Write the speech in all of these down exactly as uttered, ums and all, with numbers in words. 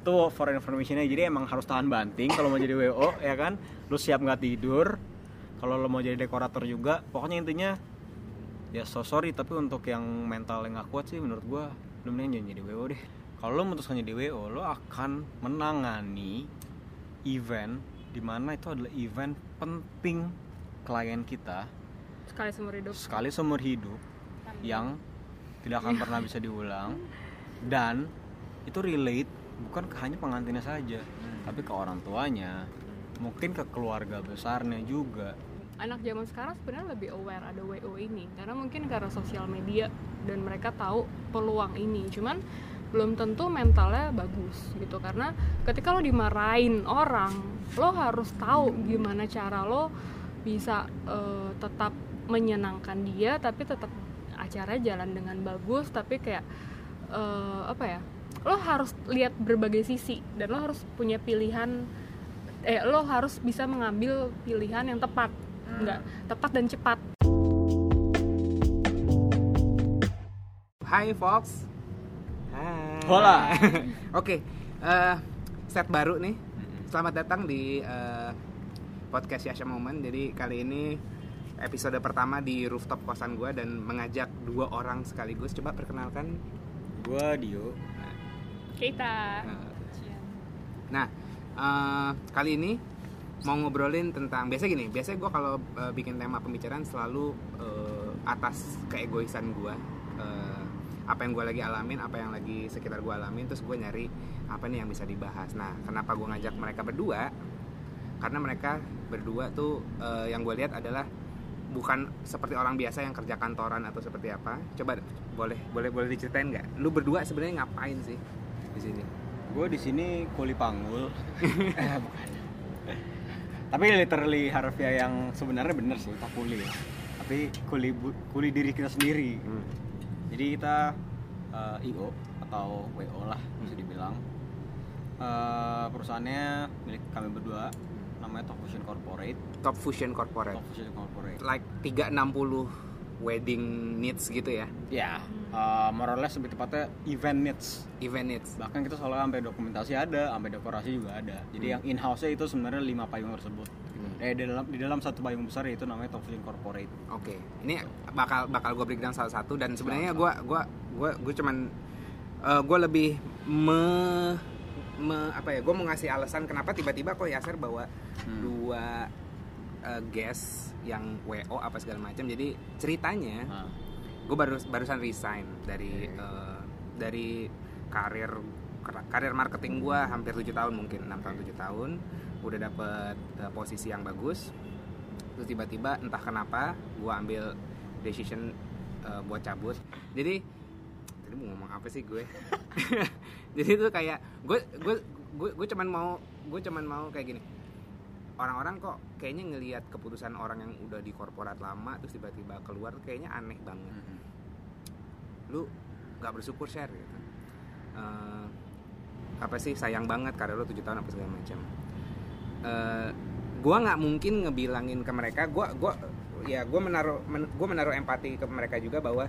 itu for information-nya. Jadi emang harus tahan banting kalau mau jadi W O ya kan. Lu siap nggak tidur. Kalau lu mau jadi dekorator juga, pokoknya intinya ya so sorry, tapi untuk yang mental yang nggak kuat sih menurut gua lu mending jangan jadi W O deh. Kalau lu memutuskan jadi W O, lu akan menangani event dimana itu adalah event penting klien kita sekali seumur hidup sekali seumur hidup yang tidak akan pernah bisa diulang, dan itu relate bukan ke hanya pengantinnya saja, hmm. tapi ke orang tuanya, mungkin ke keluarga besarnya juga. Anak zaman sekarang sebenarnya lebih aware ada W O ini karena mungkin karena sosial media dan mereka tahu peluang ini, cuman belum tentu mentalnya bagus gitu, karena ketika lo dimarahin orang, lo harus tahu gimana cara lo bisa uh, tetap menyenangkan dia tapi tetap acara jalan dengan bagus, tapi kayak uh, apa ya, lo harus lihat berbagai sisi dan lo harus punya pilihan, eh lo harus bisa mengambil pilihan yang tepat, enggak tepat dan cepat. Hai Fox. Hai. Hola. Oke, okay, uh, set baru nih. Selamat datang di uh, podcast Yasha Moment. Jadi kali ini episode pertama di rooftop kosan gue dan mengajak dua orang sekaligus. Coba perkenalkan. Gue Dio. Kita. Nah, uh, kali ini mau ngobrolin tentang, biasa gini, biasanya gue kalau uh, bikin tema pembicaraan selalu uh, atas keegoisan gue. Uh, apa yang gue lagi alamin, apa yang lagi sekitar gue alamin, terus gue nyari apa nih yang bisa dibahas. Nah, kenapa gue ngajak mereka berdua? Karena mereka berdua tuh uh, yang gue lihat adalah bukan seperti orang biasa yang kerja kantoran atau seperti apa. Coba boleh boleh boleh diceritain nggak? Lu berdua sebenarnya ngapain sih di sini? Gue di sini kuli panggul. eh, bukan. Tapi literally harfiah yang sebenarnya bener sih, kita kuli ya. Tapi kuli kuli diri kita sendiri. Hmm. Jadi kita uh, I O atau W O lah bisa dibilang. Uh, perusahaannya milik kami berdua, namanya Top Fusion Corporate. Top Fusion Corporate. Top Fusion Corporate. Like tiga ratus enam puluh wedding needs gitu ya? Ya, uh, more or less lebih tepatnya event needs. Event needs. Bahkan kita selalu sampai dokumentasi ada, sampai dekorasi juga ada. Jadi hmm. yang in-house-nya itu sebenarnya lima payung tersebut. Hmm. Eh di dalam di dalam satu payung besar itu namanya Top Fusion Corporate. Oke. Okay. Ini bakal bakal gue breakdown satu-satu dan sebenarnya gue gue gue gue cuman uh, gue lebih me, me apa ya? Gue mau ngasih alasan kenapa tiba-tiba kok Yasser bawa hmm. dua uh, guest yang W O apa segala macam. Jadi ceritanya hmm. gue baru barusan resign dari uh, dari karir karir marketing gue hampir tujuh tahun, mungkin enam tahun tujuh tahun, udah dapet uh, posisi yang bagus. Terus tiba-tiba entah kenapa gue ambil decision uh, buat cabut. Jadi tadi mau ngomong apa sih gue? Jadi itu kayak gue gue gue gue cuman mau gue cuman mau kayak gini. Orang-orang kok kayaknya ngelihat keputusan orang yang udah di korporat lama terus tiba-tiba keluar kayaknya aneh banget. Mm-hmm. Lu nggak bersyukur share gitu. Uh, apa sih sayang banget karena lu tujuh tahun apa segala macam. Uh, gue nggak mungkin ngebilangin ke mereka. Gue gue ya gue menaruh men, gue menaruh empati ke mereka juga bahwa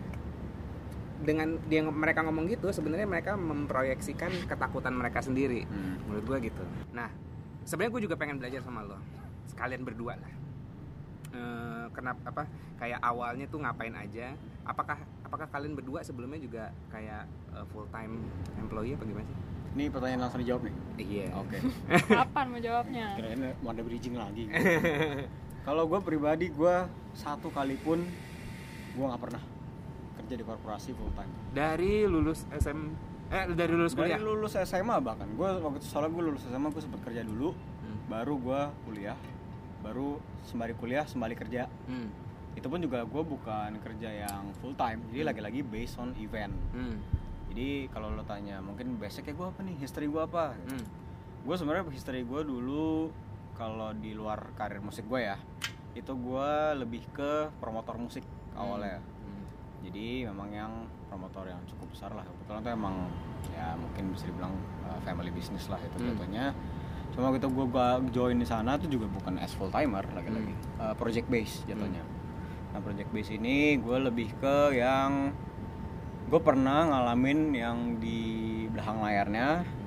dengan dia mereka ngomong gitu sebenarnya mereka memproyeksikan ketakutan mereka sendiri. Hmm. Menurut gue gitu. Nah, sebenarnya gue juga pengen belajar sama lo, sekalian berdua lah. E, kenapa apa kayak awalnya tuh ngapain aja? Apakah apakah kalian berdua sebelumnya juga kayak uh, full time employee apa gimana sih? Ini pertanyaan langsung dijawab nih. Iya. Yeah. Oke. Okay. Kapan mau jawabnya? Kirain mau ada bridging lagi. Kalau gue pribadi, gue satu kali pun gue nggak pernah kerja di korporasi full time. Dari lulus S M Eh dari lulus kuliah? Dari lulus S M A bahkan. Gue waktu itu soalnya gue lulus S M A gue sempat kerja dulu, hmm. baru gue kuliah, baru sembari kuliah sembari kerja. Hmm. Itu pun juga gue bukan kerja yang full time, jadi hmm. lagi-lagi based on event. Hmm. Jadi kalau lo tanya mungkin basicnya gue apa nih, history gue apa? Hmm. Gue sebenarnya history gue dulu kalau di luar karir musik gue ya, itu gue lebih ke promotor musik awalnya. Hmm. Jadi memang yang promotor yang cukup besar lah, kebetulan tuh emang ya mungkin bisa dibilang uh, family business lah itu hmm. jatuhnya. Cuma gitu gue join di sana tuh juga bukan as full timer lagi-lagi, hmm. uh, project base jatuhnya. Hmm. Nah project base ini gue lebih ke yang gue pernah ngalamin yang di belakang layarnya,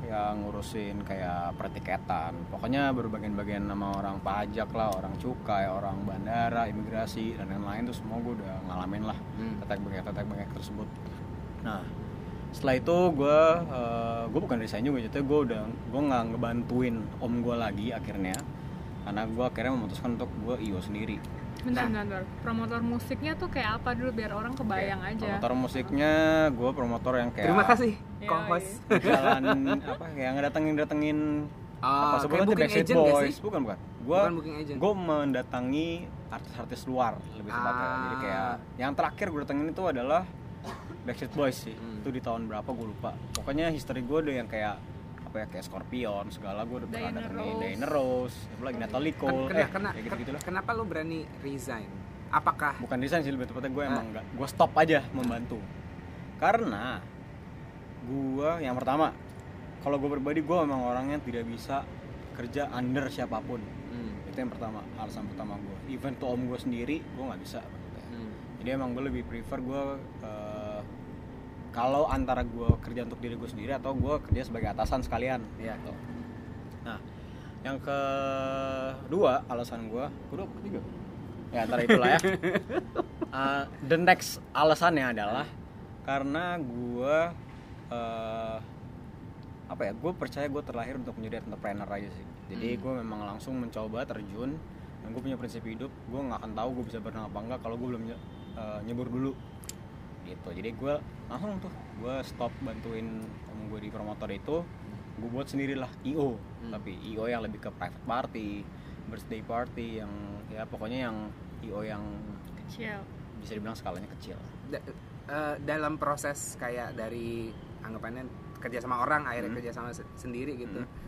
yang ngurusin kayak pertiketan, pokoknya berbagian-bagian sama orang pajak lah, orang cukai, orang bandara, imigrasi dan lain-lain tuh semua gue udah ngalamin lah hmm. tetek-bengek tetek-bengek tersebut. Nah setelah itu gue uh, gue bukan resign juga, jadi gue udah gue nggak ngebantuin om gue lagi akhirnya, karena gue akhirnya memutuskan untuk gue I O sendiri. Bentar, bentar, bentar. Promotor musiknya tuh kayak apa dulu biar orang kebayang okay. aja. Promotor musiknya gue promotor yang kayak terima kasih ya, co-host jalan apa yang ngedatengin datengin oh, apa sebetulnya Backstreet Boys, bukan bukan. Gue gue mendatangi artis-artis luar lebih tepatnya. Ah. Jadi kayak yang terakhir gue datengin itu adalah Backstreet Boys sih. Hmm. Itu di tahun berapa gue lupa. Pokoknya history gue udah yang kayak apa ya, kayak Scorpion segala gue udah pernah datengin. Diana Ross, lagi Natalie Cole, Ken, eh kena, kayak gitu-gitu lah. Kenapa lo berani resign? Apakah? Bukan resign sih, lebih tepatnya gue emang nggak, gue stop aja membantu. Karena gue yang pertama, kalau gue pribadi gue memang orangnya tidak bisa kerja under siapapun. Hmm. Itu yang pertama, alasan pertama gue. Even tuh om gue sendiri, gue nggak bisa. Hmm. Jadi emang gue lebih prefer gue uh, kalau antara gue kerja untuk diri gue sendiri atau gue kerja sebagai atasan sekalian. Ya. Gitu. Nah, yang kedua alasan gue, kedua ketiga, ya antara itulah ya. uh, the next alasannya adalah karena gue uh, apa ya, gue percaya gue terlahir untuk menjadi entrepreneur aja sih. Jadi hmm. gue memang langsung mencoba terjun, dan gue punya prinsip hidup, gue nggak akan tahu gue bisa berenang apa enggak kalau gue belum uh, nyebur dulu gitu. Jadi gue langsung tuh gue stop bantuin om gue di promotor itu, gue buat sendirilah I O. hmm. Tapi I O yang lebih ke private party, birthday party, yang ya pokoknya yang I O yang kecil, bisa dibilang skalanya kecil. Da- uh, dalam proses kayak dari anggapannya kerja sama orang akhirnya hmm. kerja sama se- sendiri gitu, hmm.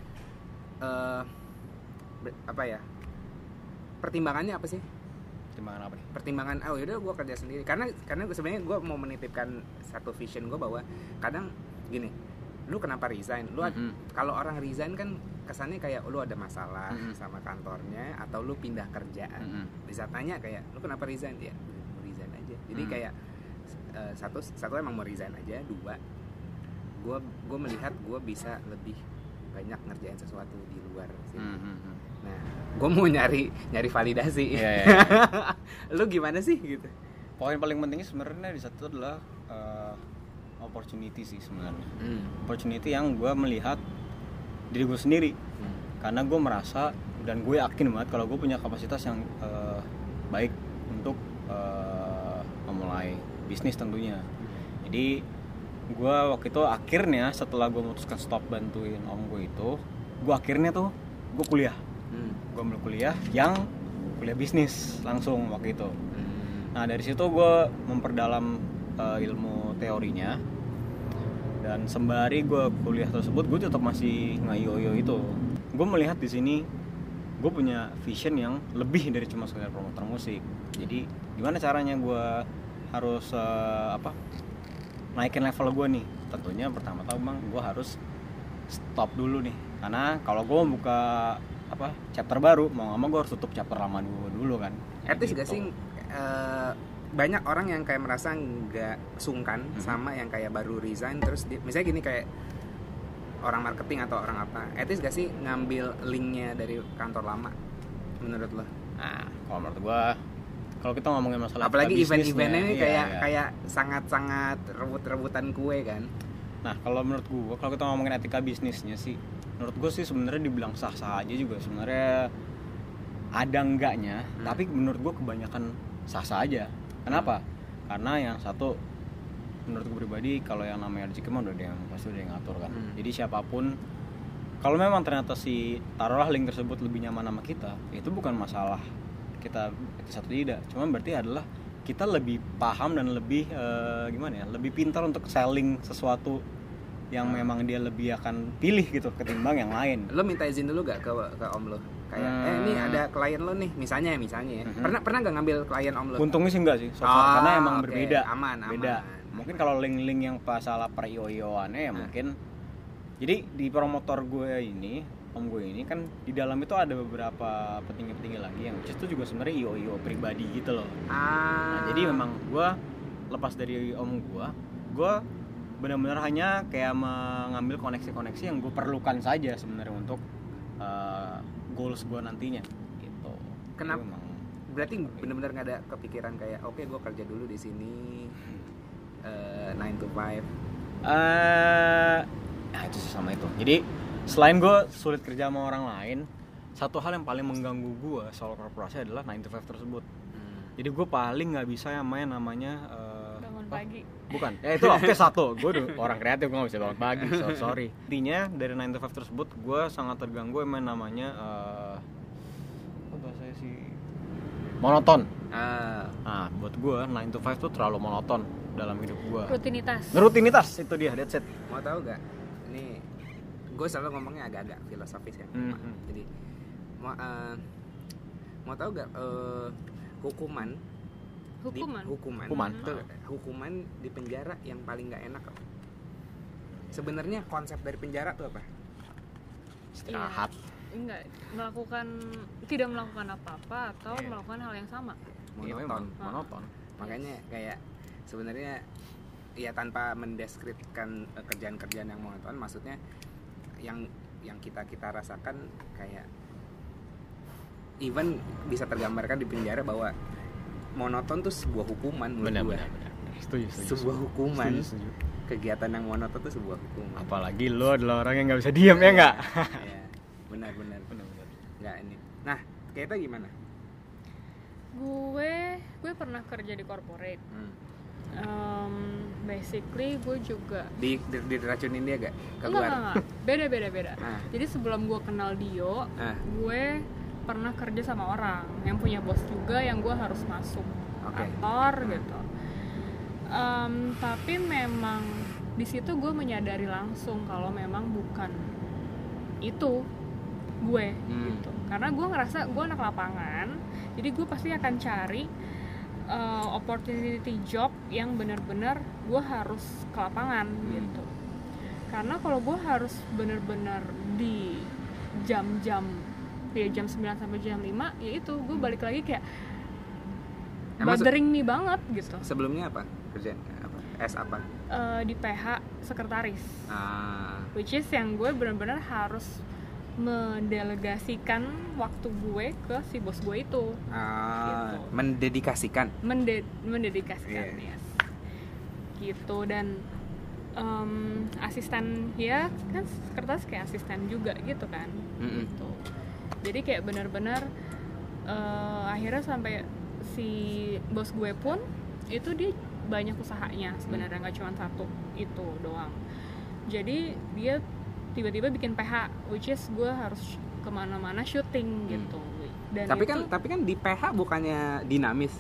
uh, ber- apa ya pertimbangannya apa sih? Pertimbangan apa nih? Pertimbangan, oh yaudah gue kerja sendiri. Karena karena sebenarnya gue mau menitipkan satu vision gue bahwa kadang gini, lu kenapa resign? Lu mm-hmm. kalau orang resign kan kesannya kayak lu ada masalah mm-hmm. sama kantornya atau lu pindah kerjaan. Mm-hmm. Bisa tanya kayak lu kenapa resign? Ya resign aja. Jadi mm-hmm. kayak uh, satu satu emang mau resign aja. Dua, gue gue melihat gue bisa lebih banyak ngerjain sesuatu di luar sini. Mm-hmm. Nah, gue mau nyari nyari validasi. Yeah, yeah, yeah. Lu gimana sih gitu? Poin paling pentingnya sebenarnya di satu adalah uh, opportunity sih sebenarnya. Hmm. Opportunity yang gue melihat diri gue sendiri. Hmm. Karena gue merasa dan gue yakin banget kalau gue punya kapasitas yang uh, baik untuk uh, memulai bisnis tentunya. Jadi gue waktu itu akhirnya setelah gue memutuskan stop bantuin om gue itu, gue akhirnya tuh gue kuliah. Hmm. Gue mulai kuliah yang kuliah bisnis langsung waktu itu. Hmm. Nah dari situ gue memperdalam uh, ilmu teorinya, dan sembari gue kuliah tersebut gue tetap masih nge-I O I O itu. Gue melihat di sini gue punya vision yang lebih dari cuma sekedar promotor musik. Jadi gimana caranya gue harus uh, apa naikin level gue nih? Tentunya pertama-tama gue harus stop dulu nih, karena kalau gue buka apa chapter baru, mau nggak mau gue harus tutup chapter lama dulu dulu kan. Etis gitu. Gak sih uh, banyak orang yang kayak merasa nggak sungkan hmm. sama yang kayak baru resign terus di, misalnya gini kayak orang marketing atau orang apa, etis gak sih ngambil linknya dari kantor lama menurut lo? Nah kalau menurut gue, kalau kita ngomongin masalah apalagi event-eventnya ini iya, kayak iya. kayak sangat-sangat rebut-rebutan kue kan. Nah kalau menurut gue, kalau kita ngomongin etika bisnisnya sih, menurut gue sih sebenarnya dibilang sah-sah aja juga sebenarnya ada enggaknya, hmm. tapi menurut gue kebanyakan sah-sah aja. Kenapa? Hmm. Karena yang satu, menurut gue pribadi, kalau yang namanya rezeki mah udah ada yang pasti udah yang ngatur kan. Hmm. Jadi siapapun, kalau memang ternyata si taruhlah link tersebut lebih nyaman sama kita, itu bukan masalah kita satu tidak, cuma berarti adalah kita lebih paham dan lebih uh, gimana ya, lebih pintar untuk selling sesuatu yang hmm. memang dia lebih akan pilih gitu ketimbang yang lain. Lo minta izin dulu gak ke ke om lo? Kayak hmm. eh ini ada klien lo nih, misalnya misalnya ya. Hmm. Pernah pernah gak ngambil klien om lo? Untungnya sih enggak sih, so far, oh, karena emang okay. berbeda. Aman, beda. aman. Mungkin kalau link-link yang masalah per I O I O-annya ya hmm. mungkin. Jadi di promotor gue ini, om gue ini kan di dalam itu ada beberapa petinggi-petinggi lagi yang itu juga sebenarnya I O I O pribadi gitu loh. Ah. Nah, jadi memang gue lepas dari om gue, gue benar-benar hanya kayak mengambil koneksi-koneksi yang gue perlukan saja sebenarnya untuk uh, goals gue nantinya gitu. Kenapa? Memang, berarti benar-benar nggak ada kepikiran kayak oke okay, gue kerja dulu di sini uh, nine to five. Uh, nah itu sama itu. Jadi selain gue sulit kerja sama orang lain, satu hal yang paling mengganggu gue soal korporasi adalah nine to five tersebut. Hmm. Jadi gue paling nggak bisa yang main namanya uh, bangun pagi. Bukan, ya itu oke okay, satu. Gue orang kreatif, gue nggak bisa bangun pagi. So, sorry. Intinya dari nine to five tersebut gue sangat terganggu yang main namanya uh, apa bahasanya sih monoton. Uh. Nah buat gue nine to five tuh terlalu monoton dalam hidup gue. Rutinitas. Rutinitas itu dia, that's it. Mau tahu gak? Ini gue selalu ngomongnya agak-agak filosofis ya. Mm-hmm. Jadi mau uh, mau tahu gak uh, hukuman? Hukuman. Di, hukuman. Hukuman. Itu, hukuman di penjara yang paling nggak enak apa? Sebenarnya konsep dari penjara tuh apa? Istirahat. Ya, enggak melakukan tidak melakukan apa-apa atau yeah. melakukan hal yang sama. Monoton. Yeah, monoton. Makanya kayak sebenarnya ya tanpa mendeskripsikan uh, kerjaan-kerjaan yang monoton, maksudnya yang yang kita kita rasakan kayak even bisa tergambarkan di penjara bahwa monoton tuh sebuah hukuman menurut gue. Setuju, setuju. Sebuah hukuman. Setuju, setuju. Kegiatan yang monoton tuh sebuah hukuman. Apalagi lo adalah orang yang nggak bisa diam ya nggak? Iya, benar benar. Benar benar. Nggak ini. Nah, kita gimana? Gue gue pernah kerja di corporate. Hmm. Um, basically gue juga di, di, diracunin dia gak? Keluar? Enggak, enggak, beda beda beda. Ah. Jadi sebelum gue kenal Dio, ah. gue pernah kerja sama orang yang punya bos juga yang gue harus masuk okay. kantor hmm. gitu. Um, tapi memang di situ gue menyadari langsung kalau memang bukan itu gue hmm. gitu. Karena gue ngerasa gue anak lapangan, jadi gue pasti akan cari Uh, opportunity job yang benar-benar gue harus ke lapangan hmm. gitu. Karena kalau gue harus benar-benar di jam-jam ya jam sembilan sampai jam lima, ya itu gue balik lagi kayak Emang bothering se- me banget gitu. Sebelumnya apa kerjaan apa? S apa? Uh, di P H sekretaris. Ah. Which is yang gue benar-benar harus mendelegasikan waktu gue ke si bos gue itu. Ah, gitu. Mendedikasikan. Mende- mendedikasikan, yeah. yes. Gitu dan um, asisten ya kan sekretaris kayak asisten juga gitu kan. Mm-hmm. Gitu. Jadi kayak benar-benar uh, akhirnya sampai si bos gue pun itu dia banyak usahanya sebenarnya, nggak cuma satu itu doang. Jadi dia tiba-tiba bikin P H, which is gue harus kemana-mana syuting gitu. Dan tapi itu, kan tapi kan di P H bukannya dinamis?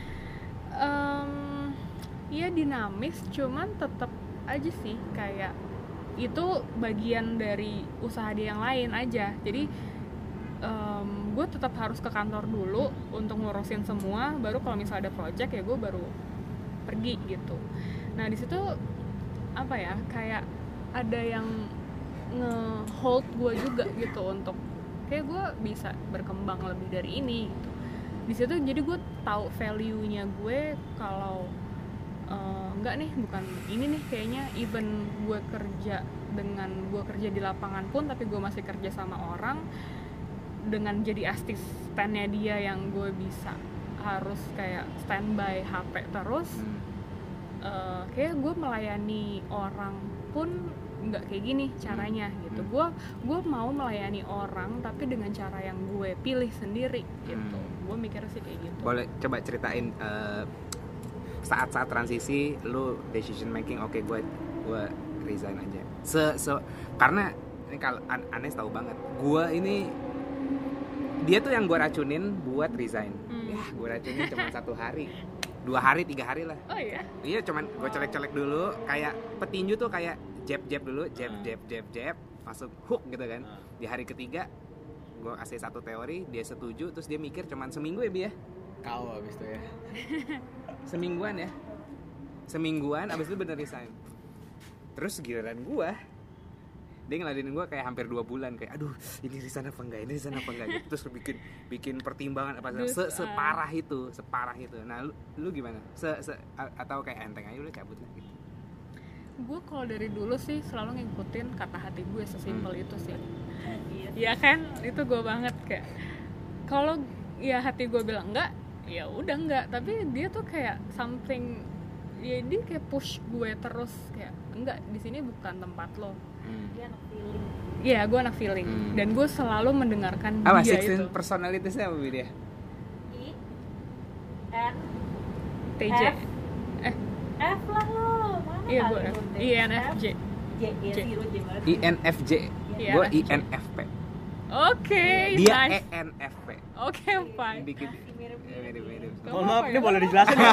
Um, ya dinamis, cuman tetap aja sih kayak itu bagian dari usaha dia yang lain aja. Jadi um, gue tetap harus ke kantor dulu untuk ngurusin semua. Baru kalau misalnya ada project ya gue baru pergi gitu. Nah di situ apa ya kayak ada yang nge-hold gue juga gitu untuk kayak gue bisa berkembang lebih dari ini gitu. Di situ jadi gue tahu value-nya gue kalau uh, enggak nih bukan ini nih kayaknya even gue kerja dengan gue kerja di lapangan pun tapi gue masih kerja sama orang dengan jadi asistennya dia yang gue bisa harus kayak standby H P terus hmm. uh, kayak gue melayani orang pun nggak kayak gini caranya hmm. gitu. Gue gue mau melayani orang tapi dengan cara yang gue pilih sendiri gitu. Hmm. Gue mikir sih kayak gitu. Boleh coba ceritain uh, saat-saat transisi lu decision making oke okay, gue gue resign aja. Se, se karena ini kalau an- Anes tahu banget. Gue ini dia tuh yang gue racunin buat resign. Hmm. Ya gue racunin cuma satu hari. Dua hari, tiga hari lah. Oh iya? Iya, cuman gue colek-colek dulu. Kayak petinju tuh kayak jab-jab dulu, jab-jab, jab-jab, masuk hook gitu kan. Di hari ketiga, gue kasih satu teori, dia setuju, terus dia mikir cuman seminggu ya Bi ya? Kau abis itu ya. Semingguan ya. Semingguan, abis itu bener resign. Terus giliran gue, dia ngeladenin gue kayak hampir dua bulan kayak aduh ini resign apa enggak ini resign apa enggak gitu. Terus bikin bikin pertimbangan apa se separah itu separah itu. Nah lu, lu gimana se, se atau kayak enteng aja udah cabut lah gitu. gue kalau dari dulu sih selalu ngikutin kata hati gue, sesimpel hmm. itu sih. Iya kan, itu gue banget kayak kalau ya hati gue bilang enggak, ya udah enggak. Tapi dia tuh kayak something, ya dia kayak push gue terus kayak enggak, di sini bukan tempat lo. Hmm. Dia anak feeling. Iya, gue anak feeling hmm. dan gue selalu mendengarkan apa, dia itu. Apa personalitasnya apa dia? I N T J F. Eh F lah lo. Mana iya gue F. I N F J. J ya sih lo J banget. I N F J. Gue I N F P. Oke, dia nice. E N F P. Oke, fine. Bikin mirip-mirip. Mohon maaf, ini boleh dijelasin ya?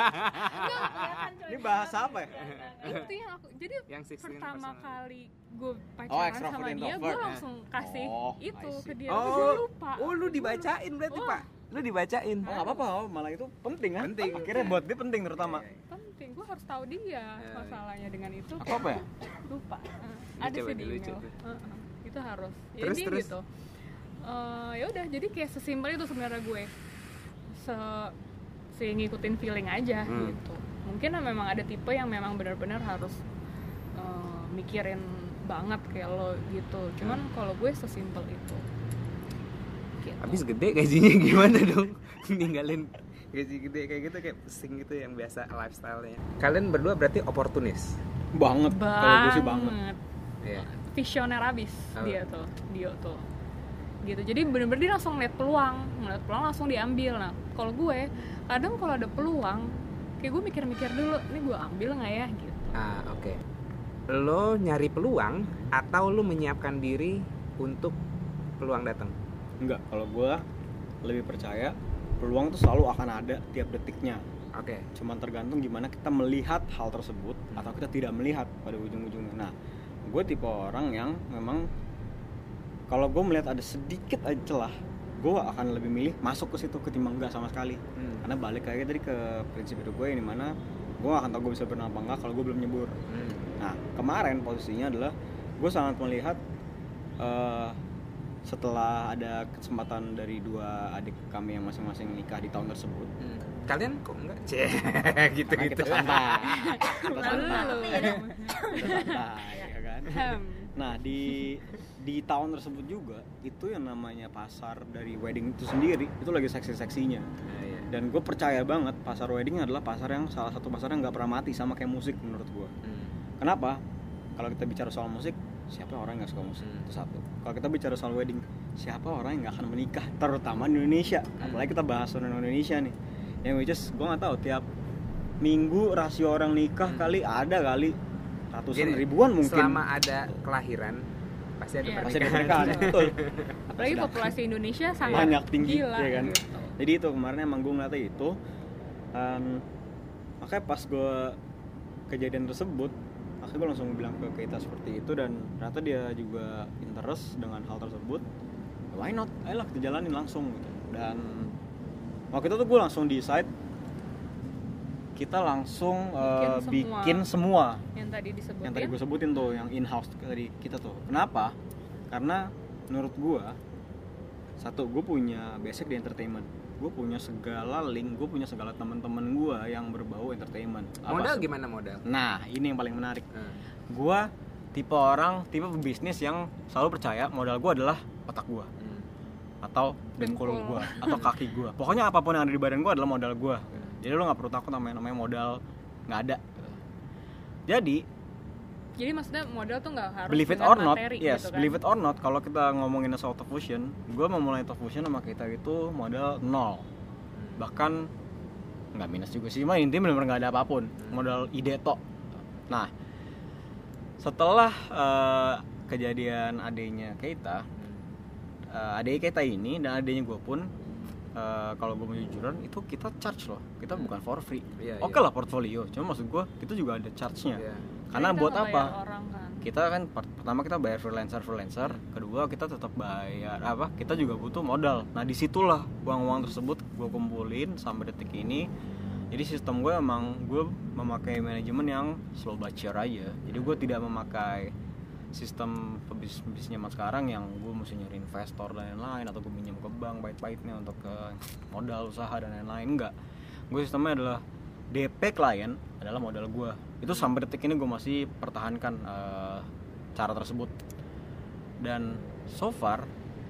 Ini bahasa apa ya? Itu yang aku, jadi yang pertama kali gue Oh, pacaran extrovert, sama dia, introvert. gue langsung kasih Oh, itu I see. ke dia. Oh, Gue lupa. oh lu dibacain berarti, Oh. Pak. Lu dibacain. Oh, nggak apa-apa, oh, malah itu penting kan? Penting. Akhirnya buat dia penting terutama. Penting, gue harus tahu dia masalahnya dengan itu. Aku apa ya? Lupa. Uh, ada Coba sih di dulu, email. coba. Uh, uh, itu harus. Ya, Terus, jadi terus. gitu. Uh, ya udah, jadi kayak sesimpel itu sebenarnya gue. Se se ngikutin feeling aja Hmm. gitu. Mungkin memang ada tipe yang memang benar-benar harus uh, mikirin banget kayak lo gitu. Cuman kalau gue sesimpel itu. Gitu. Habis gede gajinya gimana dong? Ninggalin gaji gede kayak gitu, kayak pusing gitu yang biasa lifestyle-nya. Kalian berdua berarti oportunis. Banget. Kalau gue sih banget. Iya. Visioner abis Oh. dia tuh, Dio tuh. Gitu. Jadi bener-bener dia langsung ngeliat peluang, ngeliat peluang langsung diambil. Nah, kalau gue kadang kalau ada peluang, kayak gue mikir-mikir dulu, ini gue ambil nggak ya? Gitu. Ah, oke. Okay. Lo nyari peluang atau lo menyiapkan diri untuk peluang datang? Enggak, kalau gue lebih percaya peluang tuh selalu akan ada tiap detiknya. Oke. Okay. Cuman tergantung gimana kita melihat hal tersebut atau kita tidak melihat pada ujung-ujungnya. Nah, gue tipe orang yang memang kalau gue melihat ada sedikit aja celah, gue akan lebih milih masuk ke situ ketimbang enggak sama sekali. Hmm. Karena balik lagi tadi ke prinsip hidup gue yang dimana gue gak akan tahu gue bisa berenang apa enggak kalau gue belum nyebur. Hmm. Nah, kemarin posisinya adalah gue sangat melihat uh, setelah ada kesempatan dari dua adik kami yang masing-masing nikah di tahun tersebut. Hmm. Kalian kok enggak? Cih, gitu-gitu. Kita santai. Kita Lalu, santai. lalu. Kita santai, ya kan? Nah, di di tahun tersebut juga itu yang namanya pasar dari wedding itu sendiri itu lagi seksi-seksinya. Nah, iya. Dan gue percaya banget pasar wedding adalah pasar yang salah satu pasar yang nggak pernah mati, sama kayak musik menurut gue. Hmm. Kenapa? Kalau kita bicara soal musik, siapa orang yang nggak suka musik? Hmm. Itu satu. Kalau kita bicara soal wedding, siapa orang yang nggak akan menikah, terutama di Indonesia. Hmm. Apalagi kita bahas soal Indonesia nih, yang which is gue nggak tahu tiap minggu rasio orang nikah hmm. kali ada kali ratusan Jadi, ribuan mungkin. Selama ada kelahiran pasti ada yeah. pernikahan. Pasti ada pernikahan, betul. Apalagi populasi Indonesia sangat banyak tinggi, gila, ya kan. Gitu. Jadi itu kemarin emang gue ngeliatnya itu, um, makanya pas gue kejadian tersebut, akhirnya gue langsung bilang ke Keita seperti itu dan ternyata dia juga interest dengan hal tersebut. Why not? Ayolah kita jalanin langsung gitu. Dan waktu itu tuh gue langsung decide kita langsung uh, bikin, bikin semua. semua yang tadi disebutin. Yang tadi gue sebutin tuh, yang in-house dari kita tuh. Kenapa? Karena menurut gue, satu, gue punya basic di entertainment. Gue punya segala link, gue punya segala teman-teman gue yang berbau entertainment. Modal Apa? Gimana modal? Nah, ini yang paling menarik. Hmm. Gue tipe orang, tipe pebisnis yang selalu percaya modal gue adalah otak gue. Hmm. Atau dengkul gue, atau kaki gue. Pokoknya apapun yang ada di badan gue adalah modal gue. Hmm. Jadi lo gak perlu takut sama yang namanya modal nggak ada. Jadi Jadi maksudnya modal tuh nggak harus believe it or not, materi, yes, gitu kan? believe it or not. Kalau kita ngomongin soal Top Fusion, gue memulai Top Fusion sama kita itu modal nol, bahkan nggak minus juga sih, mah intinya benar-benar nggak ada apapun, modal ide tok. Nah, setelah uh, kejadian adanya Keita, uh, adanya Keita ini dan adanya gue pun, uh, kalau gue mau jujuran itu kita charge loh, kita bukan for free. Yeah, Oke okay yeah. lah portfolio, cuma maksud gue itu juga ada charge-nya. Yeah. Karena kita buat apa? Orang, kan? Kita kan pertama kita bayar freelancer freelancer, kedua kita tetap bayar apa? Kita juga butuh modal. Nah disitulah uang-uang tersebut gue kumpulin sampai detik ini. Jadi sistem gue emang gue memakai manajemen yang slow butcher aja. Jadi gue tidak memakai sistem pebisnis zaman sekarang yang gue mesti nyari investor dan lain-lain, atau gue minjem ke bank pahit-pahitnya untuk ke modal usaha dan lain-lain. Enggak. Gue sistemnya adalah D P klien adalah modal gue. Itu sampai detik ini gue masih pertahankan uh, cara tersebut. Dan so far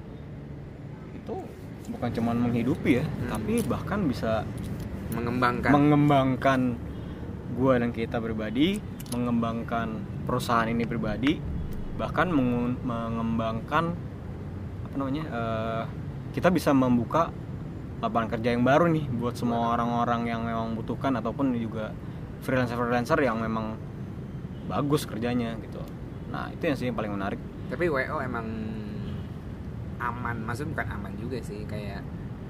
itu bukan cuma menghidupi ya, hmm. tapi bahkan bisa mengembangkan mengembangkan gue dan kita pribadi, mengembangkan perusahaan ini pribadi, bahkan meng- mengembangkan apa namanya uh, kita bisa membuka lapangan kerja yang baru nih buat semua orang-orang yang memang butuhkan ataupun juga freelancer-freelancer yang memang bagus kerjanya gitu. Nah itu yang sih yang paling menarik. Tapi W O emang aman, maksudnya bukan aman juga sih, kayak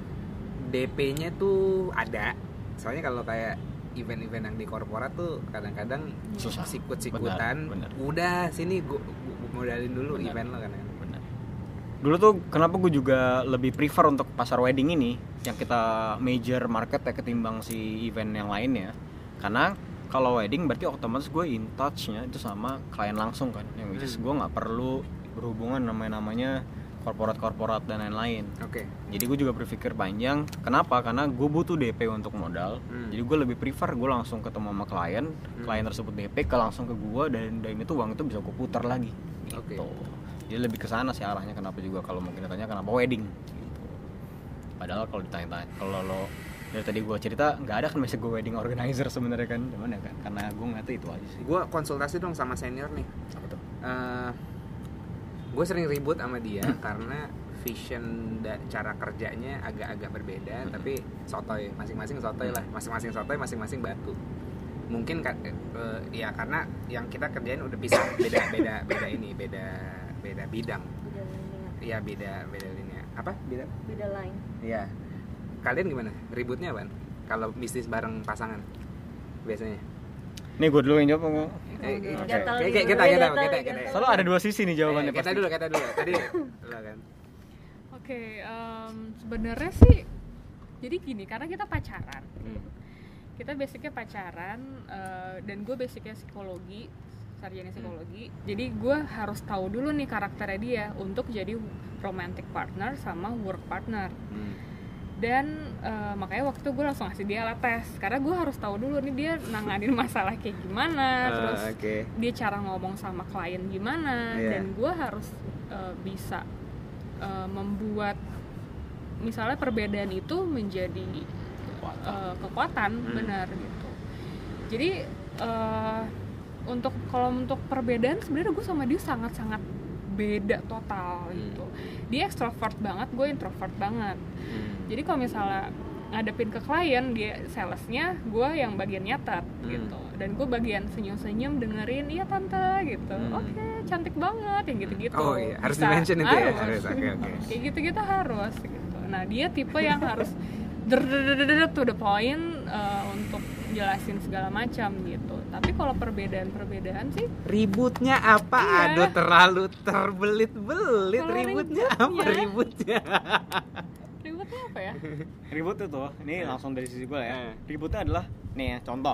D P-nya tuh ada. Soalnya kalau kayak event-event yang di korporat tuh kadang-kadang susah, sikut-sikutan. benar, benar. Udah sini gua, gua modalin dulu benar. Event lo kan. Benar. Dulu tuh kenapa gue juga lebih prefer untuk pasar wedding ini yang kita major market ya ketimbang si event yang lainnya. Karena kalau wedding berarti otomatis gue in touch-nya itu sama klien langsung kan. Yang which is gue nggak perlu berhubungan namanya-namanya korporat-korporat dan lain-lain. Oke. Okay. Jadi gue juga berpikir panjang. Kenapa? Karena gue butuh D P untuk modal. Hmm. Jadi gue lebih prefer gue langsung ketemu sama klien, hmm. klien tersebut D P ke langsung ke gue dan dari itu uang itu bisa gue putar lagi. Gitu. Okay. Jadi lebih ke sana sih arahnya. Kenapa juga kalau mungkin ditanya kenapa wedding? Gitu. Padahal kalau ditanya-tanya, kalau lo dari tadi gue cerita nggak ada kan biasa gue wedding organizer sebenarnya kan, cuman ya kan karena gue nggak tahu itu aja sih. Gue konsultasi dong sama senior nih. Apa tuh? Uh, gue sering ribut sama dia karena vision da- cara kerjanya agak-agak berbeda, hmm. tapi sotoy, masing-masing sotoy lah, masing-masing sotoy, masing-masing batu. Mungkin kan, uh, ya karena yang kita kerjain udah bisa beda-beda, beda ini, beda beda bidang. Beda linia. Iya beda beda linia. Apa? Beda? Beda line. Iya. Kalian gimana? Ributnya apaan? Kalau bisnis bareng pasangan biasanya? Nih gue dulu yang jawab enggak? Eh, Okay. kita kita kita kita kita kita. Selalu ada dua sisi nih jawabannya. Eh, kita dulu, kita dulu. Tadi lo kan. Oke, okay, um, sebenarnya sih jadi gini, karena kita pacaran. Hmm. Kita basicnya pacaran uh, dan gue basicnya psikologi, sarjana psikologi. Hmm. Jadi gue harus tahu dulu nih karakternya dia untuk jadi romantic partner sama work partner. Hmm. Dan uh, makanya waktu itu gue langsung ngasih dia alat tes karena gue harus tahu dulu nih dia nanganin masalah kayak gimana, uh, terus okay. dia cara ngomong sama klien gimana, yeah. dan gue harus uh, bisa uh, membuat misalnya perbedaan itu menjadi uh, kekuatan, hmm. benar gitu. Jadi uh, untuk kalau untuk perbedaan sebenarnya gue sama dia sangat-sangat beda total gitu. Dia extrovert banget, gue introvert banget. Hmm. Jadi kalau misalnya ngadepin ke klien, dia salesnya, gue yang bagian nyatet hmm. gitu. Dan gue bagian senyum-senyum dengerin, iya tante gitu. Hmm. Oke, okay, cantik banget yang gitu-gitu. Oh iya, harus bisa, di-mention itu harus. ya. Harus, oke okay, oke. Okay. Kayak gitu-gitu harus gitu. Nah, dia tipe yang harus der-der-der to the point uh, untuk jelasin segala macam gitu. Tapi kalau perbedaan-perbedaan sih ributnya apa? Iya. Aduh terlalu terbelit-belit. Kalo ributnya, ributnya apa ributnya? Ributnya apa ya? Ribut itu, ini langsung dari sisi gue ya. Ributnya adalah nih ya, contoh.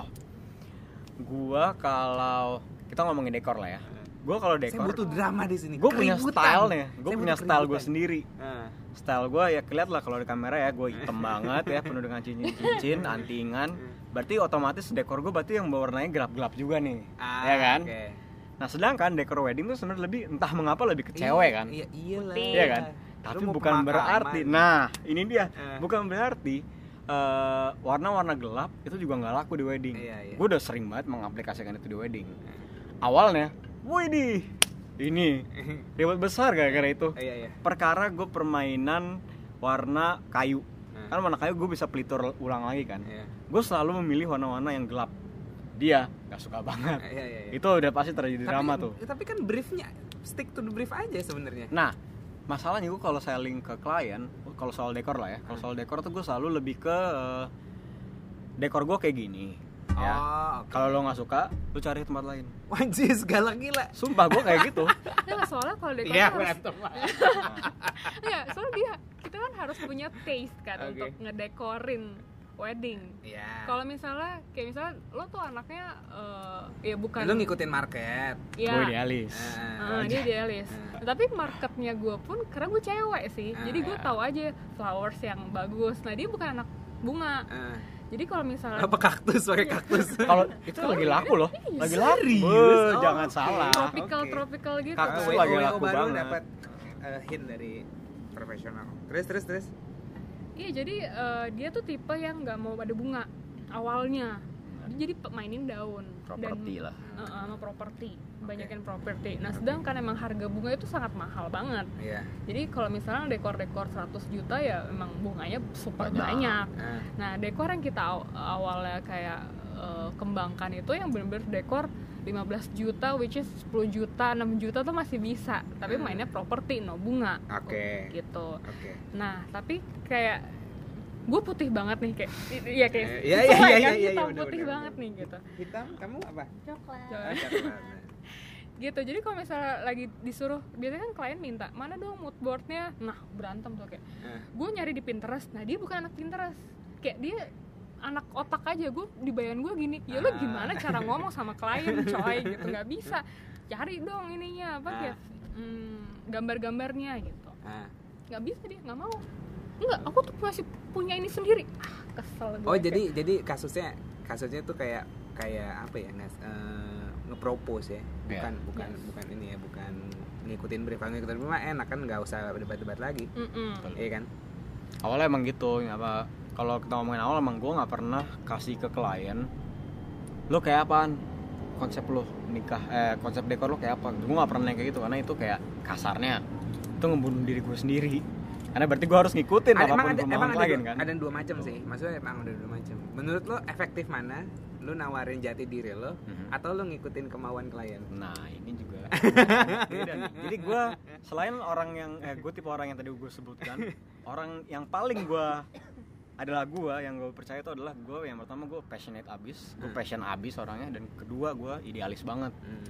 Gua kalau kita ngomongin dekor lah ya. Gua kalau dekor saya butuh drama di sini. Gue punya style nih. Gue punya style gue sendiri. Uh. Style gue ya kelihatan lah kalau di kamera ya, gue hitam banget ya, penuh dengan cincin-cincin, antingan. Berarti otomatis dekor gue berarti yang warnanya gelap-gelap juga nih, ah, ya kan? Okay. Nah sedangkan dekor wedding tuh sebenarnya lebih entah mengapa lebih ke cewek kan? Iya, iyalah. Iya kan? Tapi bukan berarti. Nah ini dia, uh. bukan berarti uh, warna-warna gelap itu juga nggak laku di wedding. Iya, iya. Gue udah sering banget mengaplikasikan itu di wedding. Awalnya, widih, ini ribet besar gara-gara itu. Iya, iya. Perkara gue permainan warna kayu. Hmm. Kan warna kayu gue bisa pelitur ulang lagi kan. Iya. Gue selalu memilih warna-warna yang gelap. Dia gak suka banget. Iya, iya, iya. Itu udah pasti terjadi drama tapi, tuh. Tapi kan briefnya stick to the brief aja sebenarnya. Nah, masalahnya gue kalau selling ke klien, kalau soal dekor lah ya. Kalau soal dekor tuh gue selalu lebih ke uh, dekor gue kayak gini. Ya. Oh, okay. Kalau lo nggak suka, lo cari tempat lain. Wajis galak gila. Sumpah gue kayak gitu. Nah, soalnya kalau dekor yeah, harus Iya, soalnya dia kita kan harus punya taste kan okay. untuk ngedekorin wedding. Yeah. Kalau misalnya kayak misalnya lo tuh anaknya uh, ya bukan lo ngikutin market. Ya. Gue idealis. Uh, dia idealis. Uh. Tapi marketnya gue pun karena gue cewek sih. Uh, Jadi gue yeah. tahu aja flowers yang bagus. Nah, dia bukan anak bunga. Uh. Jadi kalau misalnya Apa kaktus pakai kaktus? Kalau itu lagi laku loh. Lagi lari. Oh. Jangan salah. tropical Oke. tropical gitu. Kaktus W O lagi W O laku baru banget. dapat uh, hint dari profesional. Terus terus terus. Iya, jadi eh, dia tuh tipe yang nggak mau ada bunga awalnya. Dia jadi mainin daun Properti dan lah. eh, eh, sama properti, banyakin properti. Nah, sedangkan emang harga bunga itu sangat mahal banget. Iya. Jadi kalau misalnya dekor-dekor seratus juta ya emang bunganya super Banyak. banyak. Ah. Nah, dekor yang kita aw- awalnya kayak eh, kembangkan itu yang bener-bener dekor lima belas juta, which is sepuluh juta, enam juta tuh masih bisa. Tapi Hmm. mainnya properti, no bunga. Oke. Gitu. Oke. Nah, tapi kayak gue putih banget nih kayak iya kayak Eh, iya, iya, sesuai iya, kan, iya, iya, hitam bener, putih bener, banget bener. nih gitu. Hitam, kamu apa? Coklat. Coba. Ah, coklat. Gitu. Jadi kalau misalnya lagi disuruh, biasanya kan klien minta, "Mana dong mood boardnya?" Nah, berantem tuh kayak. Ah. Gue nyari di Pinterest. Nah, dia bukan anak Pinterest. Kayak dia anak otak aja. Gue di bayangan gue gini, ya lu Ah. gimana cara ngomong sama klien, coy gitu. Nggak bisa. Cari dong ininya apa Ah. kayak hmm, gambar-gambarnya gitu. Ah. Nggak bisa dia, nggak mau. Enggak, aku tuh masih punya ini sendiri. Ah, kesel gue. Oh, kayak, jadi jadi kasusnya kasusnya tuh kayak kayak apa ya? Nge uh, nge-propose ya. Bukan Iya. bukan Yes. bukan ini ya, bukan ngikutin brief. Kalau ngikutin brief mah enak kan, enggak usah debat-debat lagi. "Mm-mm." Iya kan? Awalnya emang gitu, apa kalau kita ngomongin awal emang gue nggak pernah kasih ke klien lo kayak apaan konsep lo nikah eh konsep dekor lo kayak apa. Gue nggak pernah kayak gitu karena itu kayak kasarnya itu ngebunuh diri gue sendiri. Karena berarti gue harus ngikutin Ada, emang apapun ada, emang kemauan ada, klien dua, kan. ada dua macam sih. Maksudnya emang ada dua macam. Menurut lo efektif mana? Lo nawarin jati diri lo Mhm. atau lo ngikutin kemauan klien? Nah ini juga beda nih. Jadi gue selain orang yang eh gue tipe orang yang tadi gue sebutkan, orang yang paling gue adalah gue yang gue percaya itu adalah gue yang pertama gue passionate abis, gue passion abis orangnya, dan kedua gue idealis banget. Hmm.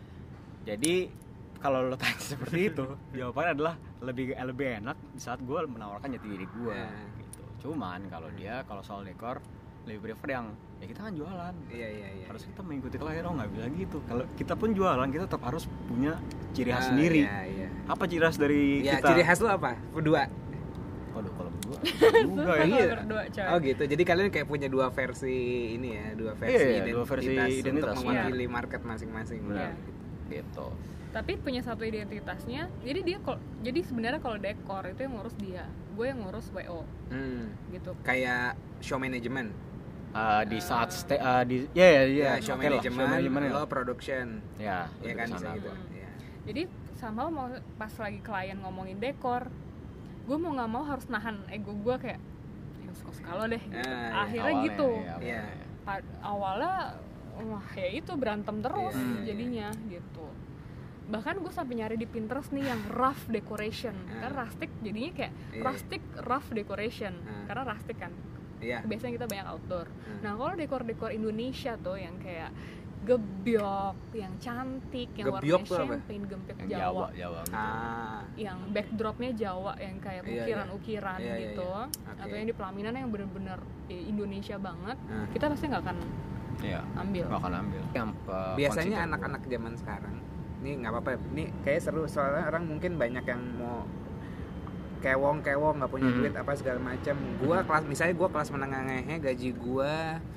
Jadi kalau lo tanya seperti itu, jawabannya adalah lebih lebih enak di saat gue menawarkan jati diri gue. Yeah. Gitu. Cuman kalau dia kalau soal dekor lebih prefer yang ya kita kan jualan. Iya iya iya. Harus kita mengikuti klien, oh nggak bisa gitu. Kalau kita pun jualan, kita tetap harus punya ciri khas Ah, sendiri. Iya iya. Apa ciri khas dari Ya, kita? ciri khas lo apa? Berdua. Waduh, kalau berdua juga ya. Kalau berdua, coy. Oh gitu. Jadi kalian kayak punya dua versi ini ya, dua versi Iya, identitas, dua versi identitas. untuk mewakili market masing-masing. Iya. Gitu. Tapi punya satu identitasnya. Jadi dia kok jadi sebenarnya kalau dekor itu yang ngurus dia, gue yang ngurus W O Hmm. gitu. Kayak show management. Uh, di saat stay uh, di ya ya ya, Ya, show oke lah, management, management lo ya. production. Ya, Iya kan bisa sana. gitu. Hmm. Iya. Jadi sama mau pas lagi klien ngomongin dekor, gue mau nggak mau harus nahan ego gue kayak ya suka-suka lo deh gitu. Ah, iya. Akhirnya Awalnya, gitu. ya, awalnya. Iya. Pa- awalnya wah ya itu berantem terus Iya, iya, jadinya gitu. Bahkan gue sampai nyari di Pinterest nih yang rough decoration. Ah. Karena rustic jadinya kayak Iya. rustic rough decoration. Ah. Karena rustic kan. Iya. Biasanya kita banyak outdoor. Hmm. Nah, kalau dekor-dekor Indonesia tuh yang kayak gebyok, yang cantik, yang Gebyok warnanya tuh apa? champagne, gempek Yang Jawa, Jawa, Jawa gitu. Ah. yang backdropnya Jawa, yang kayak Iya, iya. ukiran-ukiran Iya, iya, gitu, iya. Oke. atau yang di pelaminan yang bener-bener eh, Indonesia banget, Ah. kita pasti nggak akan Iya. ambil. Gak akan ambil. Yang uh, Biasanya konsisten anak-anak zaman sekarang, ini nggak apa-apa. Ini kayak seru soalnya orang mungkin banyak yang mau kewong-kewong nggak punya Hmm. duit apa segala macam. Gua kelas misalnya gua kelas menengah ngehe, gaji gua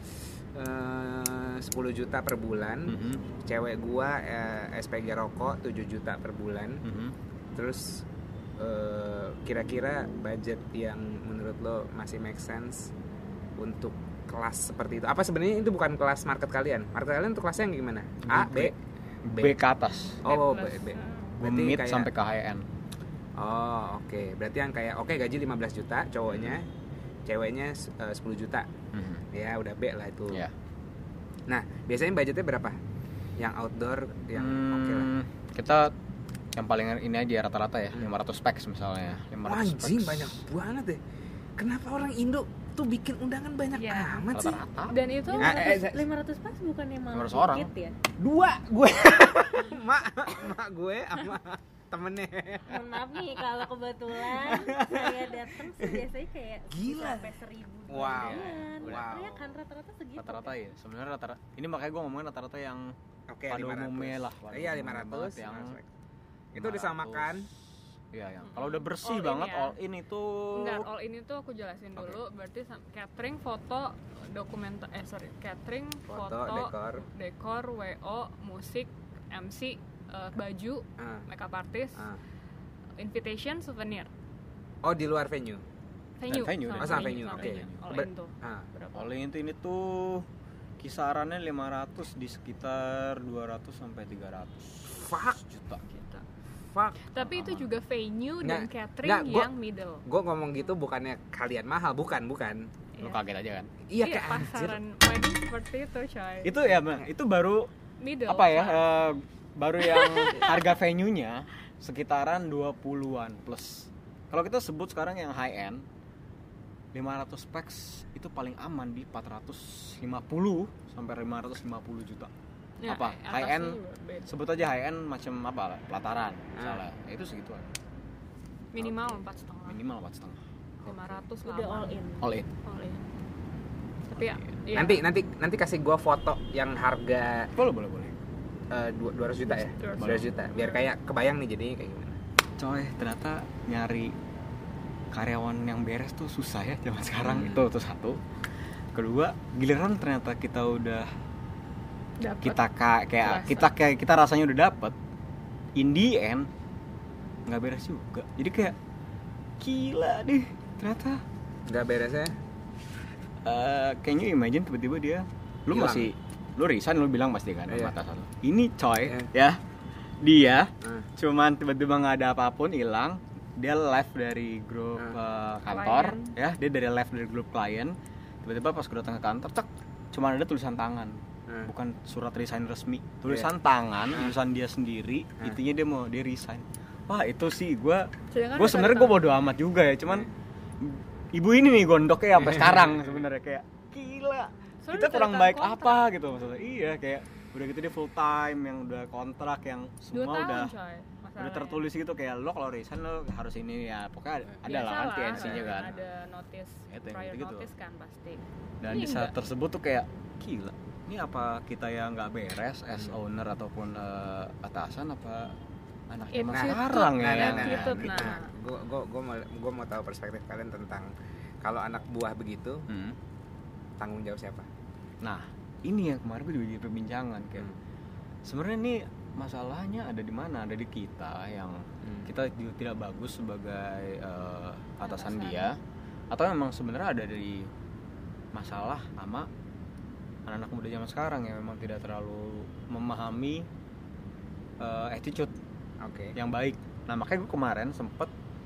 eh, sepuluh juta per bulan. gua. Mhm, Cewek gua eh, S P G rokok tujuh juta per bulan. mhm. Terus eh, kira-kira budget yang menurut lo masih make sense untuk kelas seperti itu? Apa sebenarnya itu bukan kelas market kalian? Market kalian untuk kelasnya yang gimana? A, B? B ke atas. Oh, B B, plus. B. Gua Berarti mid kayak- sampai ke high end. Oh, oke. Berarti yang kayak oke gaji lima belas juta cowoknya, ceweknya eh, sepuluh juta. Mhm. Ya, udah B lah itu. Ya. Nah, biasanya budgetnya berapa? Yang outdoor yang oke lah. Hmm, kita yang paling ini aja rata-rata ya, Hmm. lima ratus packs misalnya. lima Wah, ratus anjing packs. banyak banget deh. Kenapa orang Indo tuh bikin undangan banyak Iya. amat sih? Rata-rata. Dan itu Ah, eh, eh, lima ratus pas bukannya malah lima ratus orang. dikit ya? Dua gue. mak, mak gue sama temennya. Mohon maaf nih kalau kebetulan saya datang sih biasanya kayak Gila. sampai seribu Wow. wow. Wow. kan rata-rata segitu. Rata-rata ya. Sebenarnya rata-rata. Ini makanya gue ngomongin rata-rata yang Oke, pada lima ratus. umumnya lah. pada Iya, umumnya lima ratus. banget yang Itu disamakan Iya, yang kalau udah bersih All in banget ya? all in itu Enggak, all ini tuh aku jelasin dulu. Berarti sam- catering, foto, dokumenter eh sorry, catering, Foto, foto, dekor. dekor, W O, musik, M C, eh, baju, Ah. makeup artist, Ah. invitation, souvenir. Oh, di luar venue. Venue, venue, sama Oh, sama venue, sama oke. All Ber- in tuh. Ah. Berapa? all in itu ini tuh kisarannya lima ratus di sekitar dua ratus sampai tiga ratus Fuck. juta. Gitu. Fuck. Tapi itu juga venue dan Nggak, catering nggak, gua- yang middle. Gue ngomong gitu bukannya kalian mahal, bukan, bukan. Lu Iya. kaget aja kan? Iya, Iya, kayak anjir. pasaran wedding seperti itu, coy. Itu ya, Bang, itu baru Middle. apa ya? class. eh, baru yang harga venue-nya sekitaran dua puluhan plus. Kalau kita sebut sekarang yang high end lima ratus packs itu paling aman di empat ratus lima puluh sampai lima ratus lima puluh juta. Ya, apa? eh, High atasnya end juga beda. sebut aja high end macam apa? Pelataran misalnya. Ya, itu segituan. Minimal empat setengah. Minimal empat setengah. lima ratus lah. Udah all in. All in. All in. Tapi ya, iya. Nanti nanti nanti kasih gue foto yang harga Boleh, boleh, boleh. eh, dua- dua ratus juta ya. dua ratus dua ratus juta. Biar kayak kebayang nih jadinya kayak gimana. Coy, ternyata nyari karyawan yang beres tuh susah ya zaman sekarang. Hmm. Itu tuh satu. Kedua, giliran ternyata kita udah Dapet. kita ka- kayak Terasa. kita kayak kita rasanya udah dapet, in the end nggak beres juga. Jadi kayak gila deh ternyata. Nggak beresnya? Uh, can you imagine tiba-tiba dia lu Hilang. masih lu resign lu bilang pasti kan Iya. sama atasan lu. Ini coy Iya. ya. Dia Ah. cuman tiba-tiba nggak ada apapun, hilang. Dia live dari grup uh, kantor Klien. ya, dia dari live dari grup klien. Tiba-tiba pas gue datang ke kantor, cek, cuman ada tulisan tangan. Ah. Bukan surat resign resmi, tulisan Iya. tangan, Ah. tulisan dia sendiri. Ah. Intinya dia mau dia resign. Wah itu sih gue, Sedangkan gue udah sebenarnya tanda gue bodo amat juga ya. Cuman ibu ini nih gondoknya sampai sekarang sebenarnya kayak gila. Soalnya Kita udah kurang tanda baik kontrak. apa gitu maksudnya. Iya kayak udah gitu dia full time yang udah kontrak yang dua semua tahun, udah coy. udah masalahnya. tertulis gitu kayak lo kalau resign lo harus ini ya pokoknya ada Biasa lah kan T N C-nya kan. Ada notice, Itu yang prior gitu-gitu. notice kan pasti. Dan Ini di saat enggak. tersebut tuh kayak gila. Ini apa kita yang nggak beres as owner ataupun eh, atasan apa anak zaman Attitude. sekarang ya? Nah, nah, nah, Attitude, nah, nah. Gue gue gue mau gue mau tahu perspektif kalian tentang kalau anak buah begitu Hmm. tanggung jawab siapa? Nah ini yang kemarin gue juga jadi perbincangan kayak Hmm. sebenarnya nih masalahnya ada di mana? Ada di kita yang Hmm. kita juga tidak bagus sebagai eh, atasan Atasan. dia, atau memang sebenarnya ada dari masalah sama anak-anak muda zaman sekarang yang memang tidak terlalu memahami eh, attitude Oke. yang baik. Nah makanya gue kemarin sempet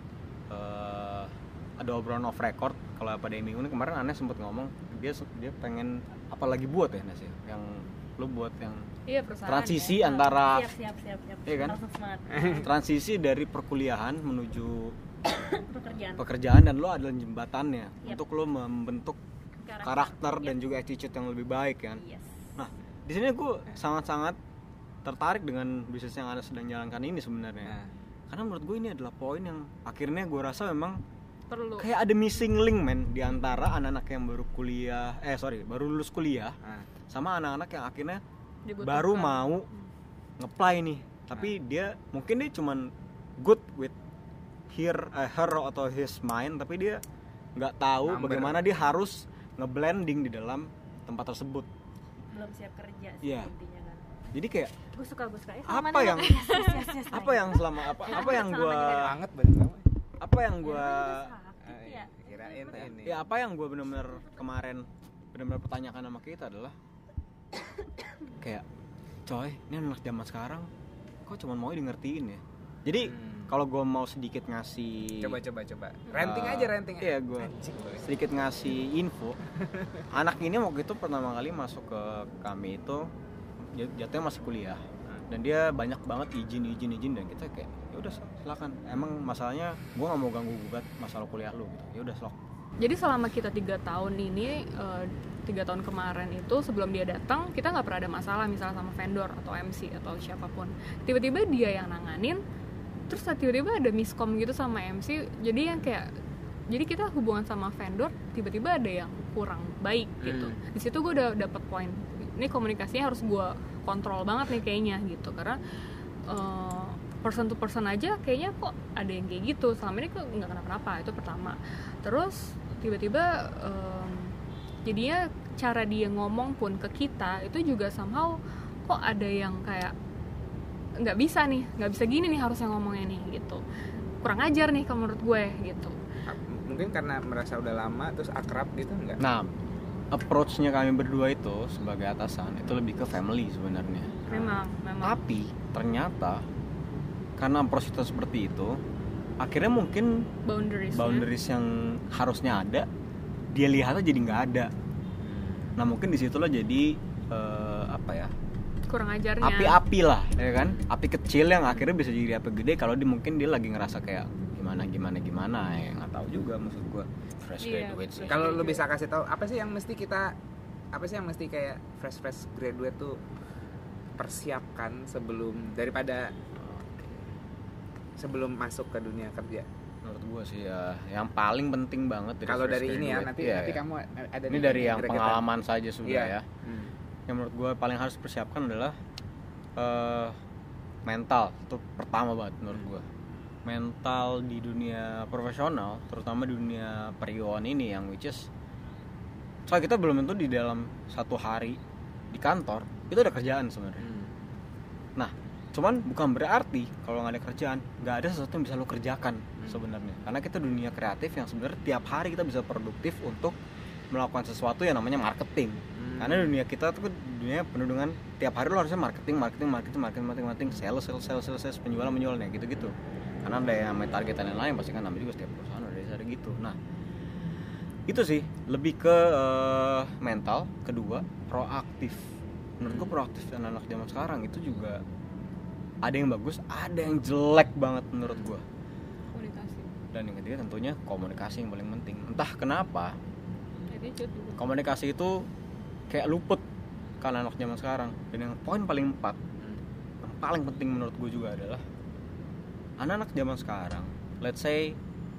eh, ada obrolan off record kalau pada minggu ini kemarin Aneh sempet ngomong dia dia pengen apa lagi buat ya Nes ya? Yang lu buat yang Iya, perusahaan. transisi ya. antara Siap, siap, siap, siap. Iya kan? Langsung semangat. transisi dari perkuliahan menuju Pekerjaan. pekerjaan dan lo adalah jembatannya Yep. untuk lo membentuk Karakter. karakter dan Yep. juga attitude yang lebih baik kan. Yes. Nah di sini gue sangat-sangat tertarik dengan bisnis yang Anda sedang jalankan ini sebenarnya. Nah, Karena menurut gue ini adalah poin yang akhirnya gue rasa memang Perlu. kayak ada missing link men di antara anak-anak yang baru kuliah, eh sorry baru lulus kuliah nah, sama anak-anak yang akhirnya Dibutuhkan. baru mau nge-apply nih, tapi dia mungkin dia cuman good with her, eh, her atau his mind, tapi dia nggak tahu Number. bagaimana dia harus nge-blending di dalam tempat tersebut. Belum siap kerja sih Iya. intinya kan. Jadi kayak Gue suka, gue suka. Eh, Apa sama yang- Yes, yes, yes, yes, apa yang selama apa apa yang gua banget bener. apa yang Ya, gua kan udah sakit Ah, ya. kirain ini. ya apa yang gua benar-benar kemarin benar-benar pertanyakan sama kita adalah kayak coy ini anak zaman sekarang kok cuma mau di ngertiin ya. Jadi Hmm. kalau gua mau sedikit ngasih Coba coba coba. Renting Eh, aja renting. iya, gua- Anjing, boy. sedikit ngasih info. Anak ini waktu itu pertama kali masuk ke kami itu jat- jatuhnya masih kuliah dan dia banyak banget izin izin izin dan kita kayak ya udah silakan. Emang masalahnya gua nggak mau ganggu gugat masalah kuliah lu gitu. Ya udah sok. Jadi selama kita tiga tahun ini, eh, tiga tahun kemarin itu sebelum dia datang kita nggak pernah ada masalah misalnya sama vendor atau M C atau siapapun. Tiba-tiba dia yang nanganin, terus tiba-tiba ada miskom gitu sama M C. Jadi yang kayak, jadi kita hubungan sama vendor tiba-tiba ada yang kurang baik gitu. Hmm. Di situ gue udah dapet poin. Ini komunikasinya harus gue kontrol banget nih kayaknya gitu karena eh, person to person aja kayaknya kok ada yang kayak gitu, selama ini kok nggak kenapa-napa. Itu pertama. Terus tiba-tiba um, jadinya cara dia ngomong pun ke kita itu juga somehow kok ada yang kayak nggak bisa nih, nggak bisa gini nih harusnya ngomongnya nih gitu, kurang ajar nih kalau menurut gue gitu. Mungkin karena merasa udah lama terus akrab gitu enggak? Nah, approach-nya kami berdua itu sebagai atasan itu lebih ke family sebenarnya. Memang, memang. Tapi ternyata karena approach itu seperti itu, akhirnya mungkin boundaries, boundaries yang harusnya ada dia lihatnya jadi nggak ada. Nah mungkin disitulah jadi uh, apa ya? Kurang ajarnya. Api-api lah, ya kan? Api kecil yang akhirnya bisa jadi api gede kalau di mungkin dia lagi ngerasa kayak gimana gimana gimana ya nggak tahu juga maksud gue. Fresh graduate sih. Kalau lu bisa kasih tahu apa sih yang mesti kita apa sih yang mesti kayak fresh fresh graduate tuh persiapkan sebelum daripada sebelum masuk ke dunia kerja? Menurut gue sih ya yang paling penting banget kalau dari ini ya nanti ya, nanti ya. kamu ada ini dari yang pengalaman saja sudah iya. ya. Hmm. Yang menurut gue paling harus persiapkan adalah uh, mental itu pertama banget menurut gue. Mental di dunia profesional, terutama di dunia periwaan ini yang which is soalnya kita belum tentu di dalam satu hari di kantor itu ada kerjaan sebenarnya. Hmm. Nah, cuman bukan berarti kalau nggak ada kerjaan nggak ada sesuatu yang bisa lo kerjakan hmm. sebenarnya. Karena kita dunia kreatif yang sebenarnya tiap hari kita bisa produktif untuk melakukan sesuatu yang namanya marketing. Hmm. Karena dunia kita tuh dunia penuh dengan tiap hari lo harusnya marketing, marketing, marketing, marketing, marketing, marketing, sales, sales, sales, sales, sales penjualan, penjualan ya gitu-gitu. Karena ada yang namanya targetan yang lain pasti kan namanya juga setiap perusahaan ada gitu. Nah itu sih lebih ke uh, mental. Kedua proaktif. Menurut gue proaktif anak-anak zaman sekarang itu juga ada yang bagus, ada yang jelek banget menurut gue. Komunikasi. Dan yang ketiga tentunya komunikasi yang paling penting. Entah kenapa attitude. Komunikasi itu kayak luput kan anak zaman sekarang. Dan yang poin paling empat yang paling penting menurut gue juga adalah anak-anak zaman sekarang, let's say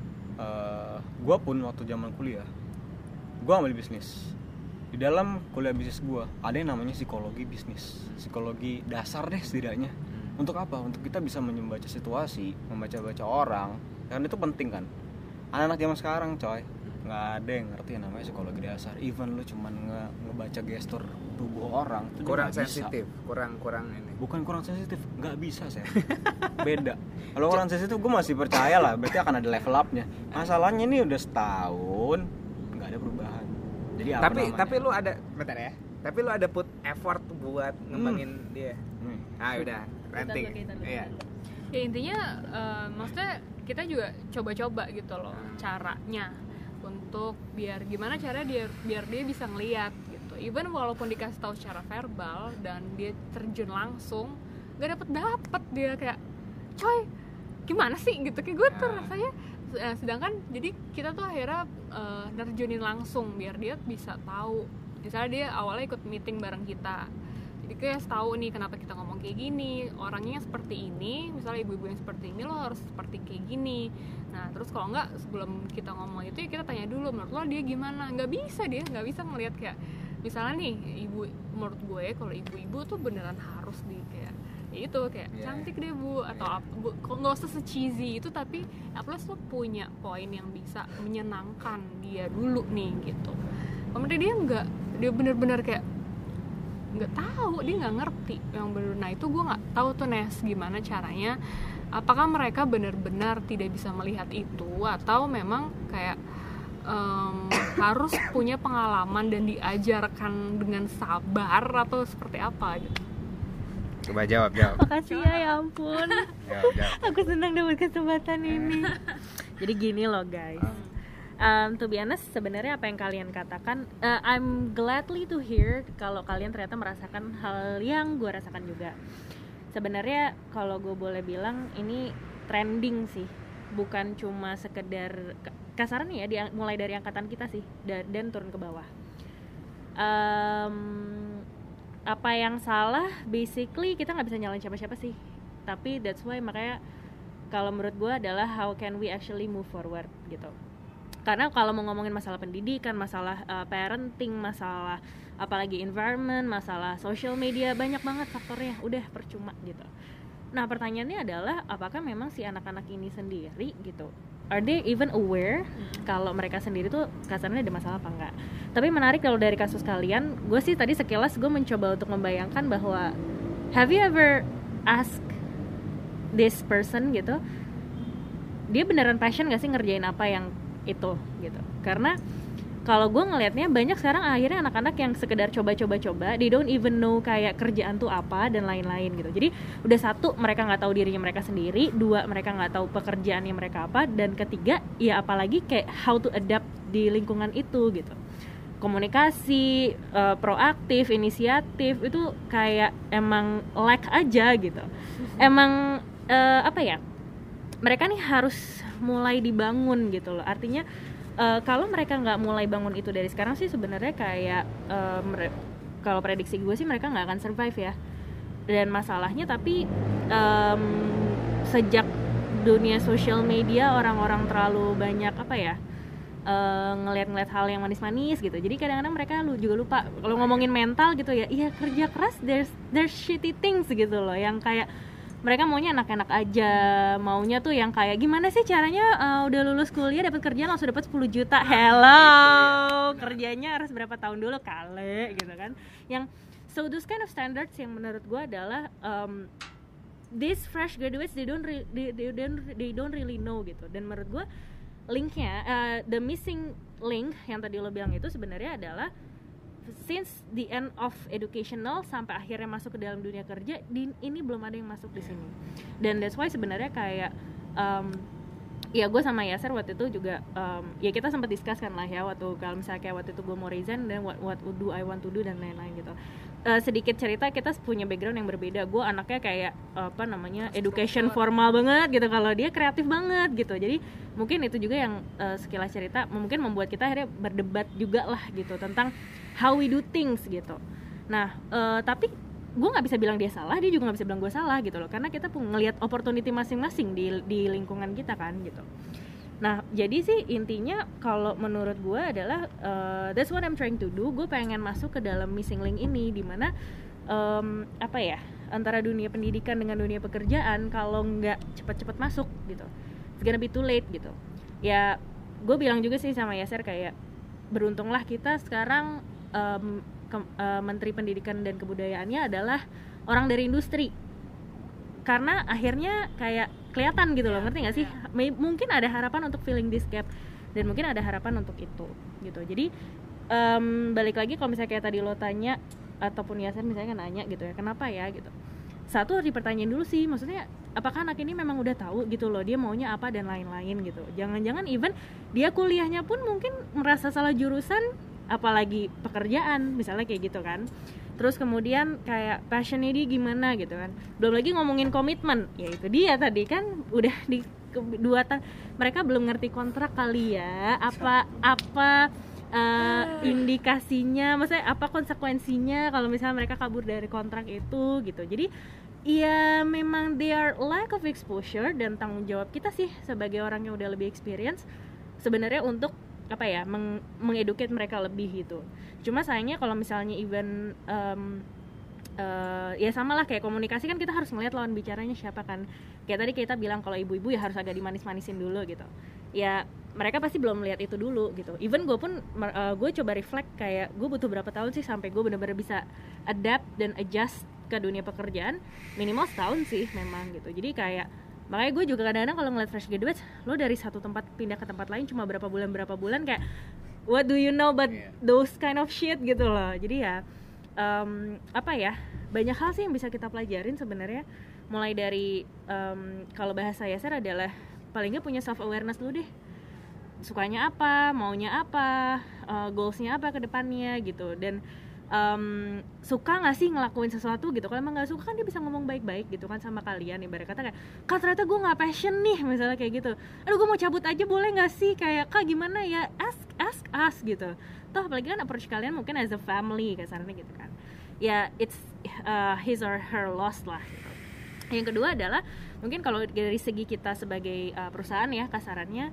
uh, gue pun waktu zaman kuliah gue ambil bisnis. Di dalam kuliah bisnis gue ada yang namanya psikologi bisnis, psikologi dasar deh setidaknya. hmm. Untuk apa? Untuk kita bisa membaca situasi, membaca-baca orang. Karena itu penting kan. Anak-anak zaman sekarang coy nggak ada yang ngerti yang namanya psikologi dasar. Even lu cuman nge- ngebaca gestur tubuh orang itu kurang sensitif, kurang kurang ini. Bukan kurang sensitif, nggak bisa saya. Beda. Kalau kurang sensitif gue masih percaya lah, berarti akan ada level up-nya. Masalahnya ini udah setahun nggak ada perubahan. Jadi apa tapi namanya? tapi lu ada bentar ya. Tapi lu ada put effort buat ngembangin hmm. dia. Hmm. Ah udah, ranting. Iya. Ya intinya uh, maksudnya kita juga coba-coba gitu loh caranya untuk biar gimana cara dia biar dia bisa ngelihat gitu. Even walaupun dikasih tahu secara verbal dan dia terjun langsung, gak dapet dapet dia kayak, coy, gimana sih gitu kayak gue tuh rasanya. Uh, sedangkan jadi kita tuh akhirnya uh, nerjunin langsung biar dia bisa tahu. Misalnya dia awalnya ikut meeting bareng kita. Jadi kayak tahu nih kenapa kita ngomong kayak gini, orangnya seperti ini, misalnya ibu-ibu yang seperti ini lo harus seperti kayak gini. Nah terus kalau enggak sebelum kita ngomong itu ya kita tanya dulu menurut lo dia gimana. Nggak bisa dia, nggak bisa ngelihat kayak misalnya nih ibu, menurut gue kalau ibu-ibu tuh beneran harus di kayak ya itu kayak yeah. cantik deh bu atau yeah. bu, kok nggak usah se-cheesy itu tapi ya plus lo punya poin yang bisa menyenangkan dia dulu nih gitu. Kemudian dia nggak, dia bener-bener kayak nggak tahu, dia nggak ngerti yang benar. Nah itu gue nggak tahu tuh Nes gimana caranya, apakah mereka benar-benar tidak bisa melihat itu atau memang kayak um, harus punya pengalaman dan diajarkan dengan sabar atau seperti apa gitu. Coba jawab jawab. Makasih ya, ya ampun. Jawab, jawab. Aku senang dapat kesempatan ini. Jadi gini loh guys. Um, to be honest, sebenarnya apa yang kalian katakan, uh, I'm gladly to hear kalau kalian ternyata merasakan hal yang gue rasakan juga. Sebenarnya kalau gue boleh bilang ini trending sih, bukan cuma sekedar kasaran ya, di, mulai dari angkatan kita sih dan, dan turun ke bawah. Um, apa yang salah? Basically kita nggak bisa nyalain siapa-siapa sih. Tapi that's why makanya kalau menurut gue adalah how can we actually move forward gitu. Karena kalau mau ngomongin masalah pendidikan, masalah uh, parenting, masalah apalagi environment, masalah social media, banyak banget faktornya, udah percuma gitu. Nah pertanyaannya adalah apakah memang si anak-anak ini sendiri gitu, are they even aware hmm. kalau mereka sendiri tuh kasarnya ada masalah apa enggak? Tapi menarik kalau dari kasus kalian, gue sih tadi sekilas gue mencoba untuk membayangkan bahwa have you ever ask this person gitu, dia beneran passion gak sih ngerjain apa yang itu gitu? Karena kalau gue ngelihatnya banyak sekarang akhirnya anak-anak yang sekedar coba-coba-coba, they don't even know kayak kerjaan tuh apa dan lain-lain gitu. Jadi udah satu, mereka nggak tahu dirinya mereka sendiri, dua, mereka nggak tahu pekerjaannya mereka apa, dan ketiga ya apalagi kayak how to adapt di lingkungan itu gitu. Komunikasi, uh, proaktif, inisiatif itu kayak emang lack aja gitu. Emang uh, apa ya, mereka nih harus mulai dibangun gitu loh. Artinya Uh, kalau mereka nggak mulai bangun itu dari sekarang sih sebenarnya kayak uh, mere- kalau prediksi gue sih mereka nggak akan survive ya. Dan masalahnya tapi um, sejak dunia social media orang-orang terlalu banyak apa ya uh, ngeliat-ngeliat hal yang manis-manis gitu. Jadi kadang-kadang mereka lu juga lupa kalau ngomongin mental gitu ya. Iya kerja keras, there's there's shitty things gitu loh yang kayak mereka maunya enak-enak aja, maunya tuh yang kayak gimana sih caranya uh, udah lulus kuliah dapat kerja langsung dapat sepuluh juta. Hello, kerjanya harus berapa tahun dulu kali gitu kan. Yang so those kind of standards yang menurut gue adalah um, these fresh graduates they don't re- they, they don't they don't really know gitu. Dan menurut gue linknya uh, the missing link yang tadi lo bilang itu sebenarnya adalah since the end of educational sampai akhirnya masuk ke dalam dunia kerja, di, ini belum ada yang masuk di sini. Dan that's why sebenarnya kayak um, ya gue sama Yaser waktu itu juga um, ya kita sempat discuss kan lah ya waktu kalau misalnya kayak waktu itu gue mau resign dan what what do I want to do dan lain-lain gitu. Uh, sedikit cerita, kita punya background yang berbeda. Gue anaknya kayak apa namanya education formal banget gitu, kalau dia kreatif banget gitu. Jadi mungkin itu juga yang uh, sekilas cerita mungkin membuat kita akhirnya berdebat juga lah gitu tentang how we do things gitu. Nah uh, tapi gue nggak bisa bilang dia salah, dia juga nggak bisa bilang gue salah gitu loh, karena kita pun ngelihat opportunity masing-masing di di lingkungan kita kan gitu. Nah jadi sih intinya kalau menurut gue adalah uh, that's what I'm trying to do. Gue pengen masuk ke dalam missing link ini, dimana um, apa ya antara dunia pendidikan dengan dunia pekerjaan kalau nggak cepat-cepat masuk gitu, it's gonna be too late gitu. Ya gue bilang juga sih sama Yaser kayak beruntunglah kita sekarang um, ke, uh, Menteri Pendidikan dan Kebudayaannya adalah orang dari industri, karena akhirnya kayak kelihatan gitu loh, ngerti nggak sih? May, mungkin ada harapan untuk filling this gap dan mungkin ada harapan untuk itu gitu. Jadi um, balik lagi kalau misalnya kayak tadi lo tanya ataupun Yaser misalnya nanya gitu ya, kenapa ya gitu, satu harus dipertanyain dulu sih, maksudnya apakah anak ini memang udah tahu gitu loh dia maunya apa dan lain-lain gitu. Jangan-jangan even dia kuliahnya pun mungkin merasa salah jurusan, apalagi pekerjaan misalnya kayak gitu kan. Terus kemudian kayak passionnya dia gimana gitu kan. Belum lagi ngomongin komitmen, ya itu dia tadi kan udah di dua tahun mereka belum ngerti kontrak kali ya, apa apa uh, indikasinya, maksudnya apa konsekuensinya kalau misalnya mereka kabur dari kontrak itu gitu. Jadi ya memang they are lack of exposure, dan tanggung jawab kita sih sebagai orang yang udah lebih experience sebenarnya untuk apa ya meng- mengeducate mereka lebih gitu. Cuma sayangnya kalau misalnya even um, uh, ya sama lah kayak komunikasi kan kita harus ngeliat lawan bicaranya siapa kan. Kayak tadi kita bilang kalau ibu-ibu ya harus agak dimanis-manisin dulu gitu. Ya mereka pasti belum melihat itu dulu gitu. Even gue pun uh, gue coba reflect kayak gue butuh berapa tahun sih sampai gue benar-benar bisa adapt dan adjust ke dunia pekerjaan. Minimal setahun sih memang gitu. Jadi kayak makanya gue juga kadang-kadang kalau ngeliat fresh graduates, lo dari satu tempat pindah ke tempat lain cuma berapa bulan berapa bulan kayak what do you know about those kind of shit gitu loh. Jadi ya um, apa ya banyak hal sih yang bisa kita pelajarin sebenarnya. Mulai dari um, kalau bahasa Yaser adalah paling nggak punya self awareness dulu deh, sukanya apa, maunya apa, uh, goalsnya apa ke depannya gitu. Dan Um, suka nggak sih ngelakuin sesuatu gitu. Kalau emang nggak suka kan dia bisa ngomong baik-baik gitu kan sama kalian, ibarat kata kayak kak ternyata gue nggak passion nih misalnya kayak gitu, aduh gue mau cabut aja boleh nggak sih, kayak kak gimana ya, ask ask ask gitu. Toh apalagi kan approach kalian mungkin as a family kasarnya gitu kan ya, it's uh, his or her loss lah gitu. Yang kedua adalah mungkin kalau dari segi kita sebagai uh, perusahaan ya kasarannya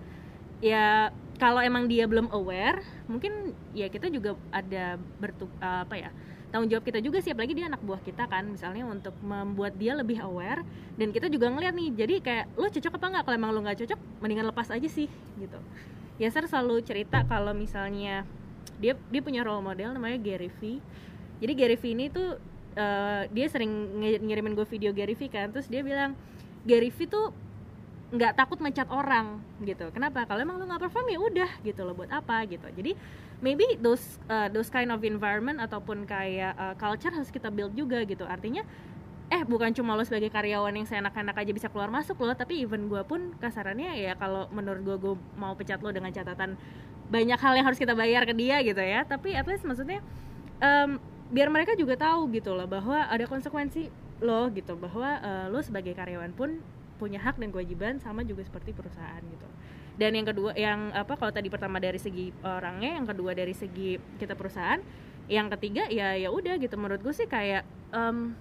ya, kalau emang dia belum aware, mungkin ya kita juga ada bertuk uh, apa ya tanggung jawab kita juga sih, apalagi dia anak buah kita kan, misalnya untuk membuat dia lebih aware, dan kita juga ngeliat nih, jadi kayak lo cocok apa nggak, kalau emang lo nggak cocok mendingan lepas aja sih gitu. Yasser selalu cerita kalau misalnya dia dia punya role model namanya Gary Vee. Jadi Gary Vee ini tuh uh, dia sering ngirimin gue video Gary Vee kan, terus dia bilang Gary Vee tuh nggak takut mencat orang gitu. Kenapa? Kalau emang lo nggak perform ya udah gitu loh, buat apa gitu. Jadi maybe those uh, those kind of environment ataupun kayak uh, culture harus kita build juga gitu. Artinya eh bukan cuma lo sebagai karyawan yang seenak-enak aja bisa keluar masuk lo, tapi even gue pun kasarannya ya kalau menurut gue gue mau pecat lo dengan catatan banyak hal yang harus kita bayar ke dia gitu ya. Tapi at least maksudnya um, biar mereka juga tahu gitu loh bahwa ada konsekuensi lo gitu, bahwa uh, lo sebagai karyawan pun punya hak dan kewajiban sama juga seperti perusahaan gitu. Dan yang kedua, yang apa, kalau tadi pertama dari segi orangnya, yang kedua dari segi kita perusahaan, yang ketiga ya ya udah gitu, menurut gue sih kayak um,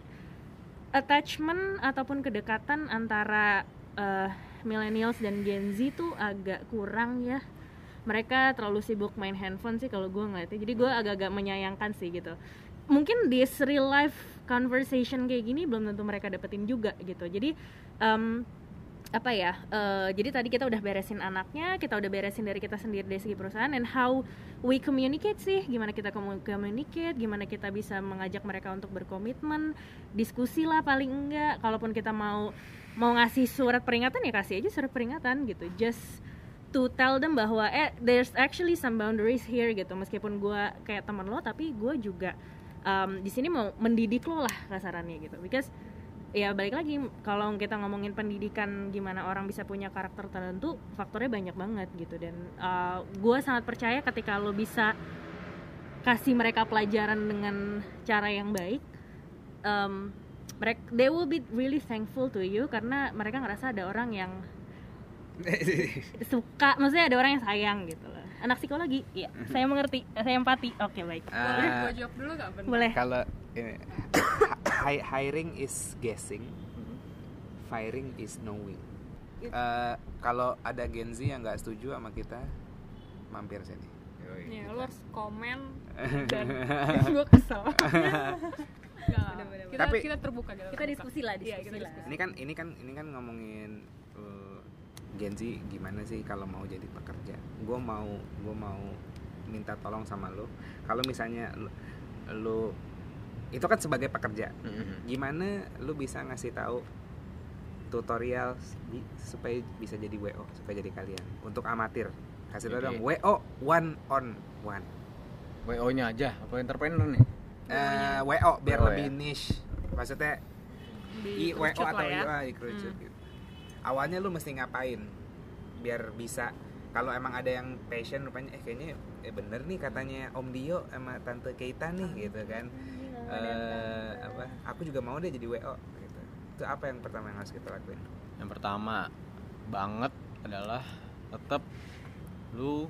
attachment ataupun kedekatan antara uh, millennials dan Gen Z tuh agak kurang ya. Mereka terlalu sibuk main handphone sih kalau gue ngeliatnya. Jadi gue agak-agak menyayangkan sih gitu. Mungkin di real life conversation kayak gini belum tentu mereka dapetin juga gitu. Jadi um, apa ya, uh, jadi tadi kita udah beresin anaknya, kita udah beresin dari kita sendiri dari segi perusahaan, and how we communicate sih, gimana kita communicate, gimana kita bisa mengajak mereka untuk berkomitmen, diskusi lah paling enggak. Kalaupun kita mau mau ngasih surat peringatan ya kasih aja surat peringatan gitu, just to tell them bahwa eh there's actually some boundaries here gitu. Meskipun gue kayak teman lo, tapi gue juga um, di sini mau mendidik lo lah kasarannya gitu. Because ya balik lagi, kalau kita ngomongin pendidikan gimana orang bisa punya karakter tertentu, faktornya banyak banget gitu. Dan uh, gue sangat percaya ketika lo bisa kasih mereka pelajaran dengan cara yang baik, um, mereka they will be really thankful to you, karena mereka ngerasa ada orang yang suka, maksudnya ada orang yang sayang gitu loh. Anak psikologi, iya, saya mengerti, saya empati. Oke, baik. Boleh Uh, gue jawab dulu gak? Bener. Boleh. Kalau ini hi- hiring is guessing, firing is knowing. Uh, kalau ada Gen Z yang nggak setuju sama kita, mampir sini. Ya, lo harus komen dan gue kesel. Nggak, Bener-bener. kita, Tapi- kita terbuka kita, Kita diskusi lah, Iya, diskusi kita lah. diskusi. Ini kan ini kan ini kan ngomongin uh, Gen Z gimana sih kalau mau jadi pekerja. Gue mau gue mau minta tolong sama lo. Kalau misalnya lo, lo itu kan sebagai pekerja, gimana lo bisa ngasih tahu tutorial di- supaya bisa jadi W O, supaya jadi kalian untuk amatir. Kasih tau Oke. dong, W O one on one. W O-nya aja apa entrepreneur nih? Eh, W O biar W O lebih ya. niche. Maksudnya Di I W O kerucut atau lah ya. I O A dikerucut Hmm. gitu. Awalnya lu mesti ngapain biar bisa, kalau emang ada yang passion rupanya eh kayaknya eh bener nih katanya Om Dio sama Tante Keita nih gitu kan. Eh apa? Aku juga mau deh jadi W O gitu. Itu apa yang pertama yang harus kita lakuin? Yang pertama banget adalah tetap lu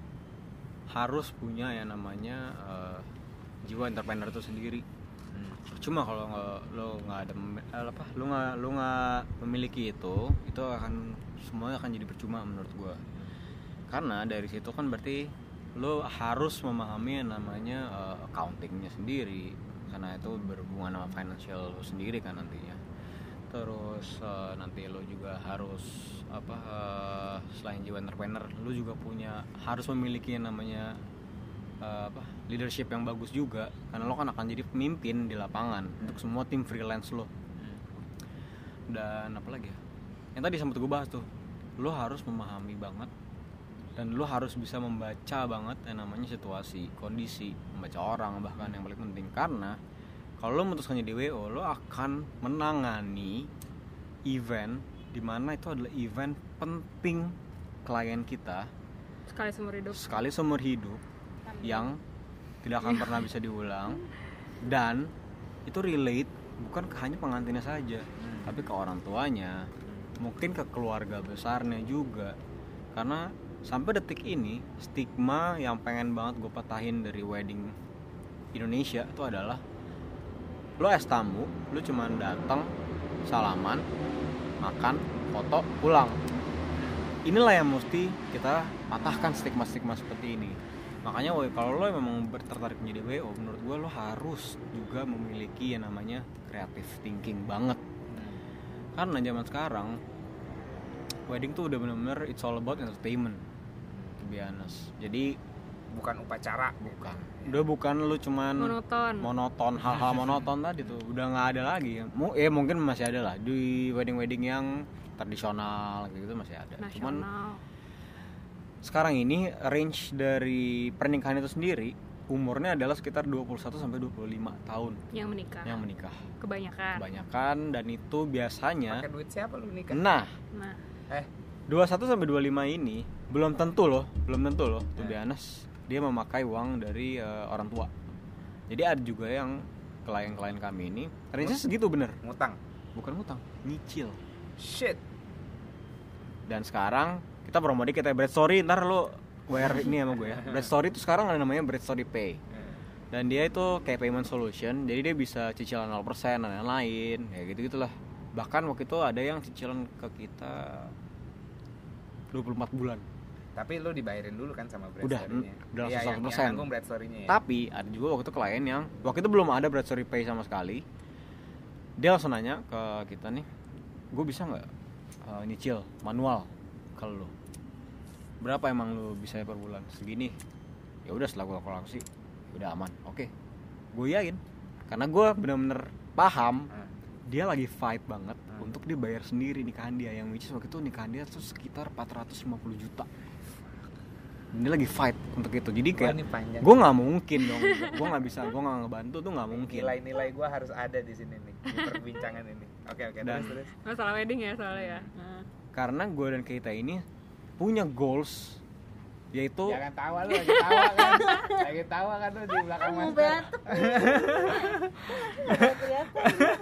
harus punya yang namanya uh, jiwa entrepreneur itu sendiri. Cuma kalau nggak lo nggak ada mem- eh, apa lo nggak lo nggak memiliki itu, itu akan semuanya akan jadi percuma menurut gua. Karena dari situ kan berarti lo harus memahami yang namanya uh, accountingnya sendiri, karena itu berhubungan sama financial lo sendiri kan nantinya. Terus uh, nanti lo juga harus apa uh, selain jiwa entrepreneur, lo juga punya harus memiliki yang namanya uh, apa leadership yang bagus juga, karena lo kan akan jadi pemimpin di lapangan hmm. untuk semua tim freelance lo. Hmm. Dan apa lagi ya? Yang tadi sempat gue bahas tuh, lo harus memahami banget dan lo harus bisa membaca banget yang namanya situasi, kondisi, membaca orang bahkan yang paling penting. Karena kalau lo memutuskan jadi W O, lo akan menangani event di mana itu adalah event penting klien kita Sekali seumur hidup. sekali seumur hidup yang tidak akan pernah bisa diulang, dan itu relate bukan ke hanya pengantinnya saja, hmm. tapi ke orang tuanya, mungkin ke keluarga besarnya juga. Karena sampai detik ini stigma yang pengen banget gue patahin dari wedding Indonesia itu adalah lo es tamu, lo cuman datang, salaman, makan, foto, pulang. Inilah yang mesti kita patahkan stigma-stigma seperti ini. Makanya woy, kalau lo memang tertarik menjadi W O, menurut gue lo harus juga memiliki yang namanya creative thinking banget. hmm. Karena zaman sekarang wedding tuh udah bener-bener it's all about entertainment, to be honest. Jadi bukan upacara, bukan udah bukan lu cuman monoton monoton hal-hal monoton tadi tuh udah nggak ada lagi. Mu ya mungkin masih ada lah di wedding-wedding yang tradisional gitu masih ada. nasional. Cuman sekarang ini range dari pernikahan itu sendiri umurnya adalah sekitar dua puluh satu sampai dua puluh lima tahun yang menikah yang menikah kebanyakan kebanyakan dan itu biasanya pakai duit siapa lu nikah? nah nah eh dua puluh satu sampai dua puluh lima ini belum tentu loh belum tentu loh to be honest dia memakai uang dari uh, orang tua. Jadi ada juga yang klien-klien kami ini range-nya segitu bener. ngutang Bukan ngutang, nyicil. shit. Dan sekarang kita promo dikit ya Bread Story, ntar lo bayar ini sama gue ya. Bread Story itu sekarang ada namanya Bread Story Pay. Dan dia itu kayak payment solution, jadi dia bisa cicilan nol persen dan lain-lain, ya gitu-gitulah. Bahkan waktu itu ada yang cicilan ke kita dua puluh empat bulan. Tapi lu dibayarin dulu kan sama Bread Udah, Story-nya. udah Iya, seratus persen. yang nanggung Bread Story-nya ya. Tapi ada juga waktu itu klien yang waktu itu belum ada Bread Story Pay sama sekali. Dia langsung nanya ke kita nih, gue bisa nggak uh, nyicil manual kalau lo? Berapa emang lo bisa per bulan? Segini. Ya udah setelah gue kalkulasi, udah aman. Oke, gue yain karena gue bener-bener paham Hmm. dia lagi fight banget Hmm. untuk dibayar sendiri nikahan dia, yang which is waktu itu nikahan dia tuh sekitar empat ratus lima puluh juta. Dia lagi fight untuk itu, jadi kayak gue nggak mungkin dong, gue nggak bisa, gue nggak ngebantu tuh nggak mungkin. Nilai-nilai gue harus ada di sini nih di perbincangan ini. Oke oke Dan- terus terus. masalah wedding ya soalnya ya. Nah. Karena gue dan Keita ini punya goals, yaitu Jangan tawa lu lagi tawa kan. Lagi tawa kan lu di belakang Mau master. berantem. Nggak kelihatan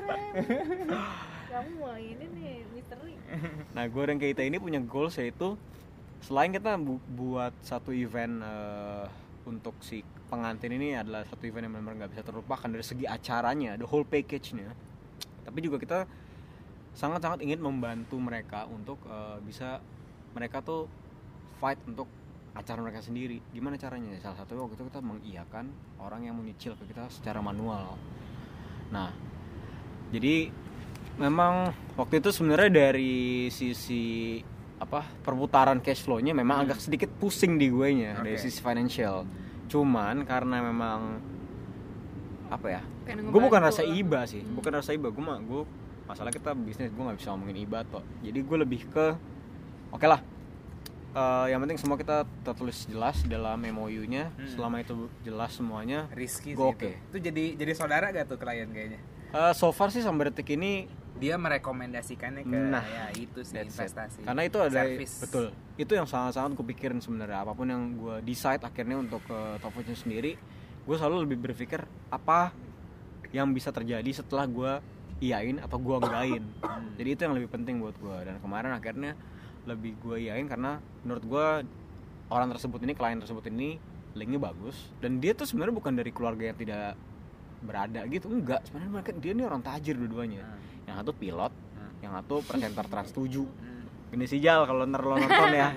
kamu mau ini nih misteri. nah gue dan Keita ini punya goals yaitu selain kita bu- buat satu event uh, untuk si pengantin ini adalah satu event yang benar-benar nggak bisa terlupakan dari segi acaranya, the whole package-nya. Tapi juga kita sangat-sangat ingin membantu mereka untuk uh, bisa mereka tuh fight untuk acara mereka sendiri. Gimana caranya? Salah satu waktu itu kita mengiyakan orang yang menyicil ke kita secara manual. Nah, jadi memang waktu itu sebenarnya dari sisi apa perputaran cash flow-nya memang hmm. agak sedikit pusing di gue nya okay. dari sisi financial. Cuman karena memang apa ya? Gue bukan rasa iba sih, hmm. bukan rasa iba. Gue mah gue masalah kita bisnis, gue nggak bisa ngomongin iba toh. Jadi gue lebih ke oke okay lah. Uh, yang penting semua kita tertulis jelas dalam M O U-nya. Hmm. Selama itu jelas semuanya, risky sih gue oke. Okay. Itu jadi jadi saudara gak tuh klien kayaknya? Uh, so far sih sampai detik ini dia merekomendasikannya ke nah, ya itu sih investasi. It. Karena itu ada service. Betul. Itu yang sangat-sangat gue pikirin sebenarnya. Apapun yang gue decide akhirnya untuk ke uh, Topvoice sendiri, gue selalu lebih berpikir apa yang bisa terjadi setelah gue iyain atau gue enggakin. Jadi itu yang lebih penting buat gue. Dan kemarin akhirnya lebih gue iyain karena menurut gue orang tersebut ini, klien tersebut ini linknya bagus dan dia tuh sebenarnya bukan dari keluarga yang tidak berada gitu, enggak, sebenarnya mereka dia ini orang tajir dua-duanya. Hmm. Yang satu pilot, hmm. yang satu presenter Trans tujuh. Hmm. Gini sih Jal kalau ntar lo nonton ya.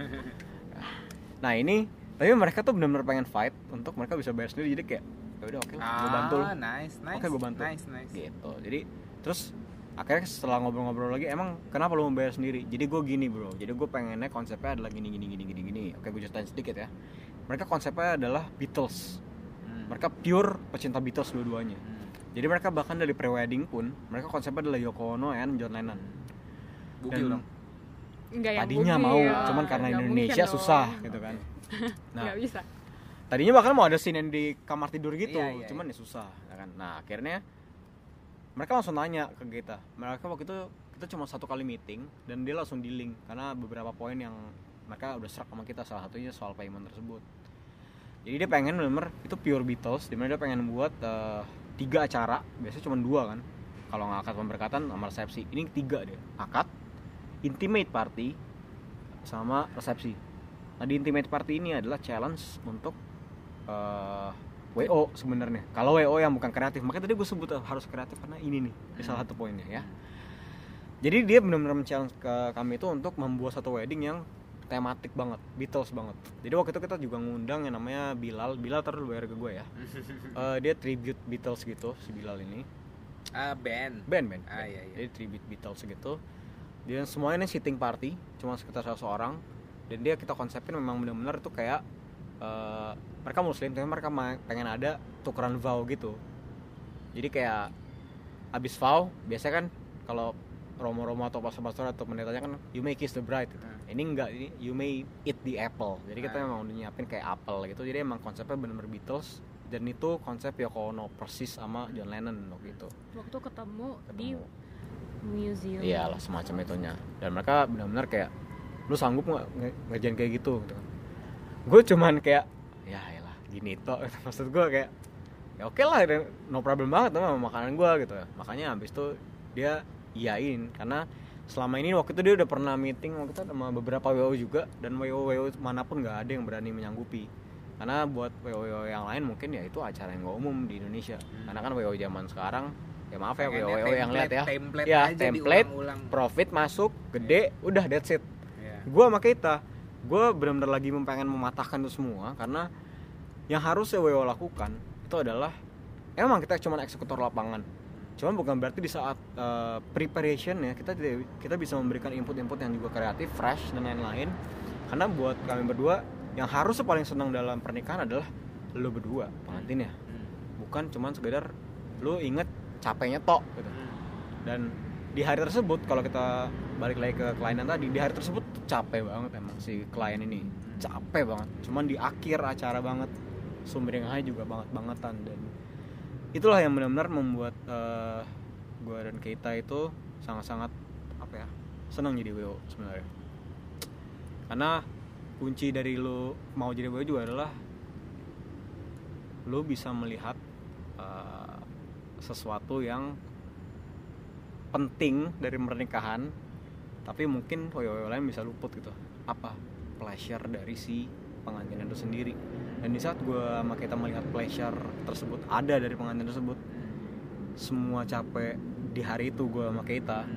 Nah ini, tapi mereka tuh benar-benar pengen fight untuk mereka bisa bayar sendiri, jadi kayak ya udah oke okay, ah, gue bantu. Nice, nice. Oke okay, gue bantu. Nice, nice. Gitu. Jadi terus akhirnya setelah ngobrol-ngobrol lagi, emang kenapa lo mau bayar sendiri? Jadi gue gini bro, jadi gue pengennya konsepnya adalah gini gini gini gini gini. Oke gue ceritain sedikit ya. Mereka konsepnya adalah Beatles. Hmm. Mereka pure pecinta Beatles dua-duanya. Hmm. Jadi mereka bahkan dari pre-wedding pun mereka konsepnya adalah Yoko Ono and John Lennon. Bugil dong. Enggak yang tadinya bugil, mau, ya. cuman karena Nggak Indonesia susah dong. gitu kan. Nah, nggak bisa. Tadinya bahkan mau ada scene yang di kamar tidur gitu, iya, iya, cuman iya. ya susah, ya kan. Nah akhirnya mereka langsung nanya ke kita. Mereka waktu itu kita cuma satu kali meeting dan dia langsung di link karena beberapa poin yang mereka udah serak sama kita, salah satunya soal payment tersebut. Jadi dia pengen bener itu pure Beatles, dimana dia pengen buat uh, tiga acara, biasanya cuma dua kan. Kalau nggak akad pemberkatan sama resepsi, ini tiga deh, akad, intimate party, sama resepsi. Nah di intimate party ini adalah challenge untuk uh, W O sebenarnya. Kalau W O yang bukan kreatif, makanya tadi gue sebut harus kreatif karena ini nih, ini salah satu poinnya ya. Jadi dia benar-benar men-challenge ke kami itu untuk membuat satu wedding yang tematik banget, Beatles banget. Jadi waktu itu kita juga ngundang yang namanya Bilal. Bilal terus bayar ke gue ya. uh, dia tribute Beatles gitu si Bilal ini. Ah uh, band. Band band. Ah iya iya. Jadi tribute Beatles gitu. Dia semuanya ini sitting party, cuma sekitar seratus orang. Dan dia kita konsepin memang benar-benar itu kayak uh, mereka muslim tapi mereka pengen ada tukeran vow gitu. Jadi kayak abis vow biasanya kan kalau romo-romo atau pastor-pastor atau pendetanya kan you may kiss the bride gitu. Hmm. Ini enggak, ini you may eat the apple. Jadi kita hmm. memang udah nyiapin kayak apel gitu. Jadi emang konsepnya benar-benar Beatles dan itu konsep Yoko Ono persis sama John Lennon waktu itu. Waktu ketemu, ketemu. di museum. Iyalah semacam itunya. Dan mereka benar-benar kayak lu sanggup nggak ngerjain kayak gitu gitu. Gue cuman kayak ya elah gini toh. Maksud gue kayak ya oke okay lah, no problem banget sama makanan gue gitu. Makanya habis itu dia iyain karena selama ini waktu itu dia udah pernah meeting waktu itu sama beberapa W O juga dan W O W O manapun nggak ada yang berani menyanggupi karena buat W O W O yang lain mungkin ya itu acara yang nggak umum di Indonesia hmm. karena kan W O zaman sekarang ya maaf ya W O W O yang lihat ya template ya aja template diulang-ulang. Profit masuk gede yeah. Udah that's it yeah. Gue sama kita gue benar-benar lagi pengen mematahkan itu semua karena yang harus W O W O lakukan itu adalah emang kita cuma eksekutor lapangan. Cuman bukan berarti di saat uh, preparation ya kita kita bisa memberikan input-input yang juga kreatif, fresh dan lain-lain. Karena buat kami berdua yang harus paling senang dalam pernikahan adalah lo berdua pengantinnya. Bukan cuman sekedar lo inget capeknya tok gitu. Dan di hari tersebut kalau kita balik lagi ke klien tadi, di hari tersebut capek banget emang si klien ini. Capek banget. Cuman di akhir acara banget sumringahnya juga banget-bangetan dan itulah yang benar-benar membuat uh, gue dan Keita itu sangat-sangat apa ya senang jadi W O sebenarnya karena kunci dari lo mau jadi W O juga adalah lo bisa melihat uh, sesuatu yang penting dari pernikahan tapi mungkin W O W lain bisa luput gitu apa pleasure dari si pengantin itu sendiri. Dan di saat gue sama kita melihat pleasure tersebut ada dari pengantin tersebut, semua capek di hari itu gue sama kita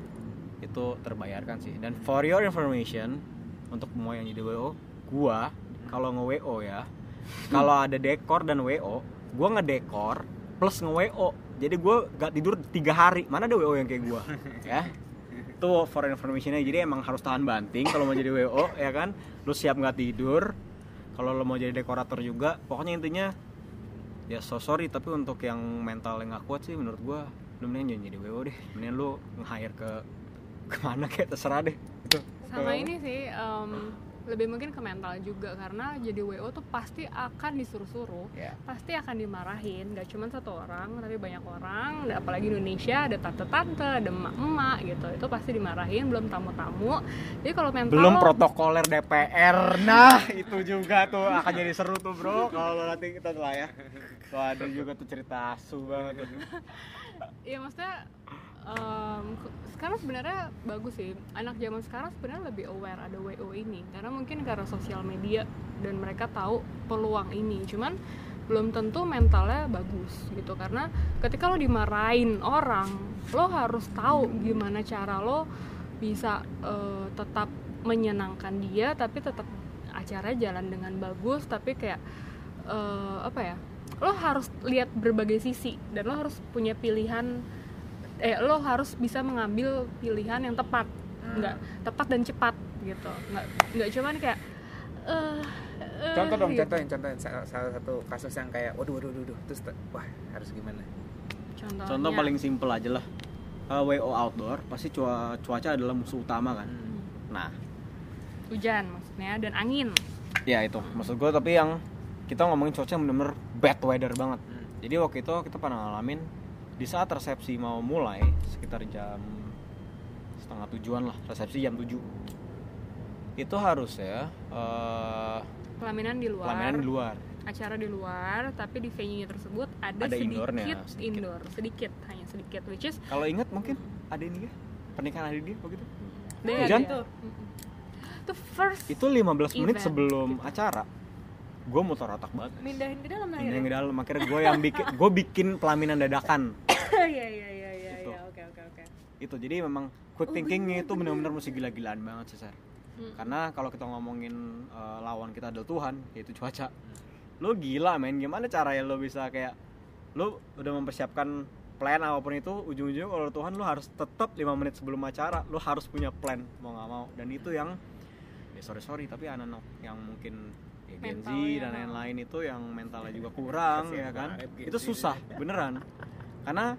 itu terbayarkan sih. Dan for your information untuk semua yang jadi W O, gue kalau nge-W O ya, kalau ada dekor dan W O, gue ngedekor plus nge-W O. Jadi gue gak tidur tiga hari. Mana ada W O yang kayak gue ya. Itu for information-nya. Jadi emang harus tahan banting kalau mau jadi W O ya kan. Lu siap gak tidur. Kalau lo mau jadi dekorator juga, pokoknya intinya ya so sorry tapi untuk yang mental yang gak kuat sih menurut gue lu mendingan jangan jadi W O deh, mendingan lu nge-hire ke kemana kayak terserah deh itu. Sama ini sih um, lebih mungkin ke mental juga karena jadi W O tuh pasti akan disuruh-suruh, yeah. Pasti akan dimarahin, gak cuma satu orang tapi banyak orang, apalagi Indonesia ada tante-tante, ada emak-emak gitu, itu pasti dimarahin, belum tamu-tamu. Jadi kalau mental belum lo, protokoler D P R, nah itu juga tuh akan jadi seru tuh bro kalau nanti kita telah ya. Tuh ada juga tuh cerita asu banget. Iya maksudnya Um, sekarang sebenarnya bagus sih anak zaman sekarang sebenarnya lebih aware ada W O ini karena mungkin karena sosial media dan mereka tahu peluang ini cuman belum tentu mentalnya bagus gitu karena ketika lo dimarahin orang lo harus tahu gimana cara lo bisa uh, tetap menyenangkan dia tapi tetap acaranya jalan dengan bagus tapi kayak uh, apa ya lo harus lihat berbagai sisi dan lo harus punya pilihan eh lo harus bisa mengambil pilihan yang tepat, hmm. nggak tepat dan cepat gitu, nggak nggak cuman kayak uh, uh, contoh dong, gitu. contohin, contohin salah, salah satu kasus yang kayak waduh, waduh, waduh, terus wah harus gimana? Contohnya, contoh paling simpel aja lah, uh, W O outdoor pasti cua, cuaca adalah musuh utama kan, hmm. Nah hujan maksudnya dan angin. Ya itu maksud gue tapi yang kita ngomongin cuaca yang bener-bener bad weather banget, hmm. Jadi waktu itu kita pernah ngalamin di saat resepsi mau mulai sekitar jam setengah tujuan lah, resepsi jam tujuh itu harusnya uh, pelaminan di luar pelaminan di luar acara di luar tapi di venue tersebut ada, ada sedikit, indoornya sedikit indoor sedikit hanya sedikit which is kalau ingat mungkin ada ini ya pernikahan adik dia begitu hujan tuh itu first itu lima belas menit event. Sebelum acara gue motor otak banget mindahin ke dalam mindahin ke dalam akhirnya gue yang bikin gue bikin pelaminan dadakan. Iya iya iya iya iya oke oke oke itu jadi memang quick thinkingnya itu benar-benar mesti gila-gilaan banget sih Sar. Hmm. Karena kalau kita ngomongin uh, lawan kita adalah Tuhan, yaitu cuaca. Lu gila men, gimana caranya lu bisa kayak lu udah mempersiapkan plan apapun itu, ujung-ujungnya kalau Tuhan lu harus tetap lima menit sebelum acara lu harus punya plan mau nggak mau. Dan itu yang ya sorry sorry tapi anak-anak yang mungkin ya Gen Z dan lain-lain itu yang mentalnya juga kurang ya kan, itu susah beneran. Karena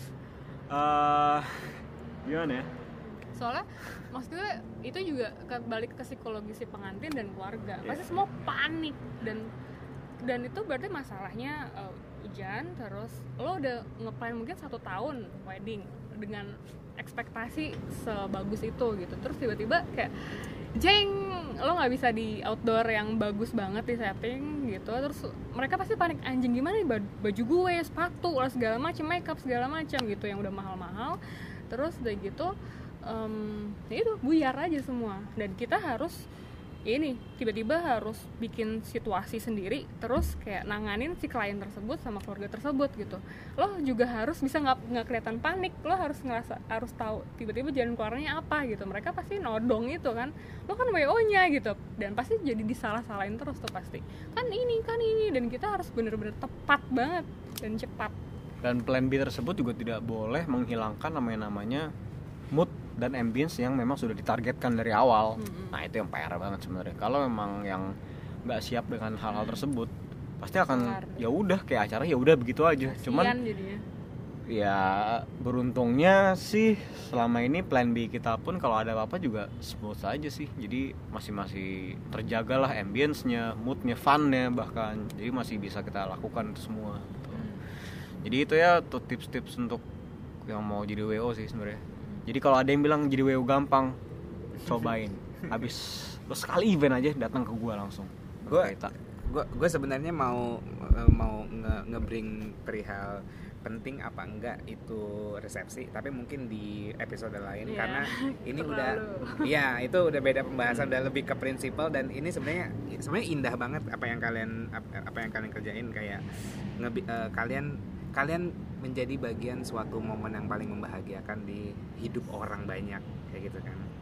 uh, gimana ya, soalnya maksudnya itu juga balik ke psikologi si pengantin dan keluarga, pasti semua panik. Dan dan itu berarti masalahnya uh, hujan, terus lo udah ngeplan mungkin satu tahun wedding dengan ekspektasi sebagus itu gitu, terus tiba-tiba kayak jeng, lo nggak bisa di outdoor yang bagus banget di setting gitu, terus mereka pasti panik, anjing gimana nih baju gue, sepatu, segala macam, makeup segala macam gitu yang udah mahal-mahal, terus udah gitu um, ya itu buyar aja semua. Dan kita harus ini tiba-tiba harus bikin situasi sendiri, terus kayak nanganin si klien tersebut sama keluarga tersebut gitu. Lo juga harus bisa nggak nggak kelihatan panik, lo harus ngerasa harus tahu tiba-tiba jalan keluarnya apa gitu. Mereka pasti nodong itu kan, lo kan W O-nya gitu, dan pasti jadi disalah-salahin terus tuh pasti. Kan ini kan ini, dan kita harus bener-bener tepat banget dan cepat. Dan plan B tersebut juga tidak boleh menghilangkan namanya namanya mood dan ambience yang memang sudah ditargetkan dari awal. Mm-hmm. Nah itu yang P R banget sebenarnya. Kalau memang yang nggak siap dengan hal-hal tersebut, pasti akan ya udah kayak acara ya udah begitu aja. Kasian cuman jadinya. Ya beruntungnya sih selama ini plan B kita pun kalau ada apa-apa juga smooth aja sih. Jadi masih masih terjaga lah ambience-nya, mood-nya, fun-nya bahkan. Jadi masih bisa kita lakukan itu semua. Gitu. Mm. Jadi itu ya tuh tips-tips untuk yang mau jadi W O sih sebenarnya. Jadi kalau ada yang bilang jadi W O gampang, cobain. Habis lo sekali event aja datang ke gua langsung. Gue gue gue sebenarnya mau mau nge ngebring perihal penting apa enggak itu resepsi, tapi mungkin di episode lain yeah. Karena ini Terlalu. udah ya itu udah beda pembahasan, udah lebih ke prinsipal. Dan ini sebenarnya sebenarnya indah banget apa yang kalian apa yang kalian kerjain, kayak nge, uh, kalian kalian menjadi bagian suatu momen yang paling membahagiakan di hidup orang banyak kayak gitu kan.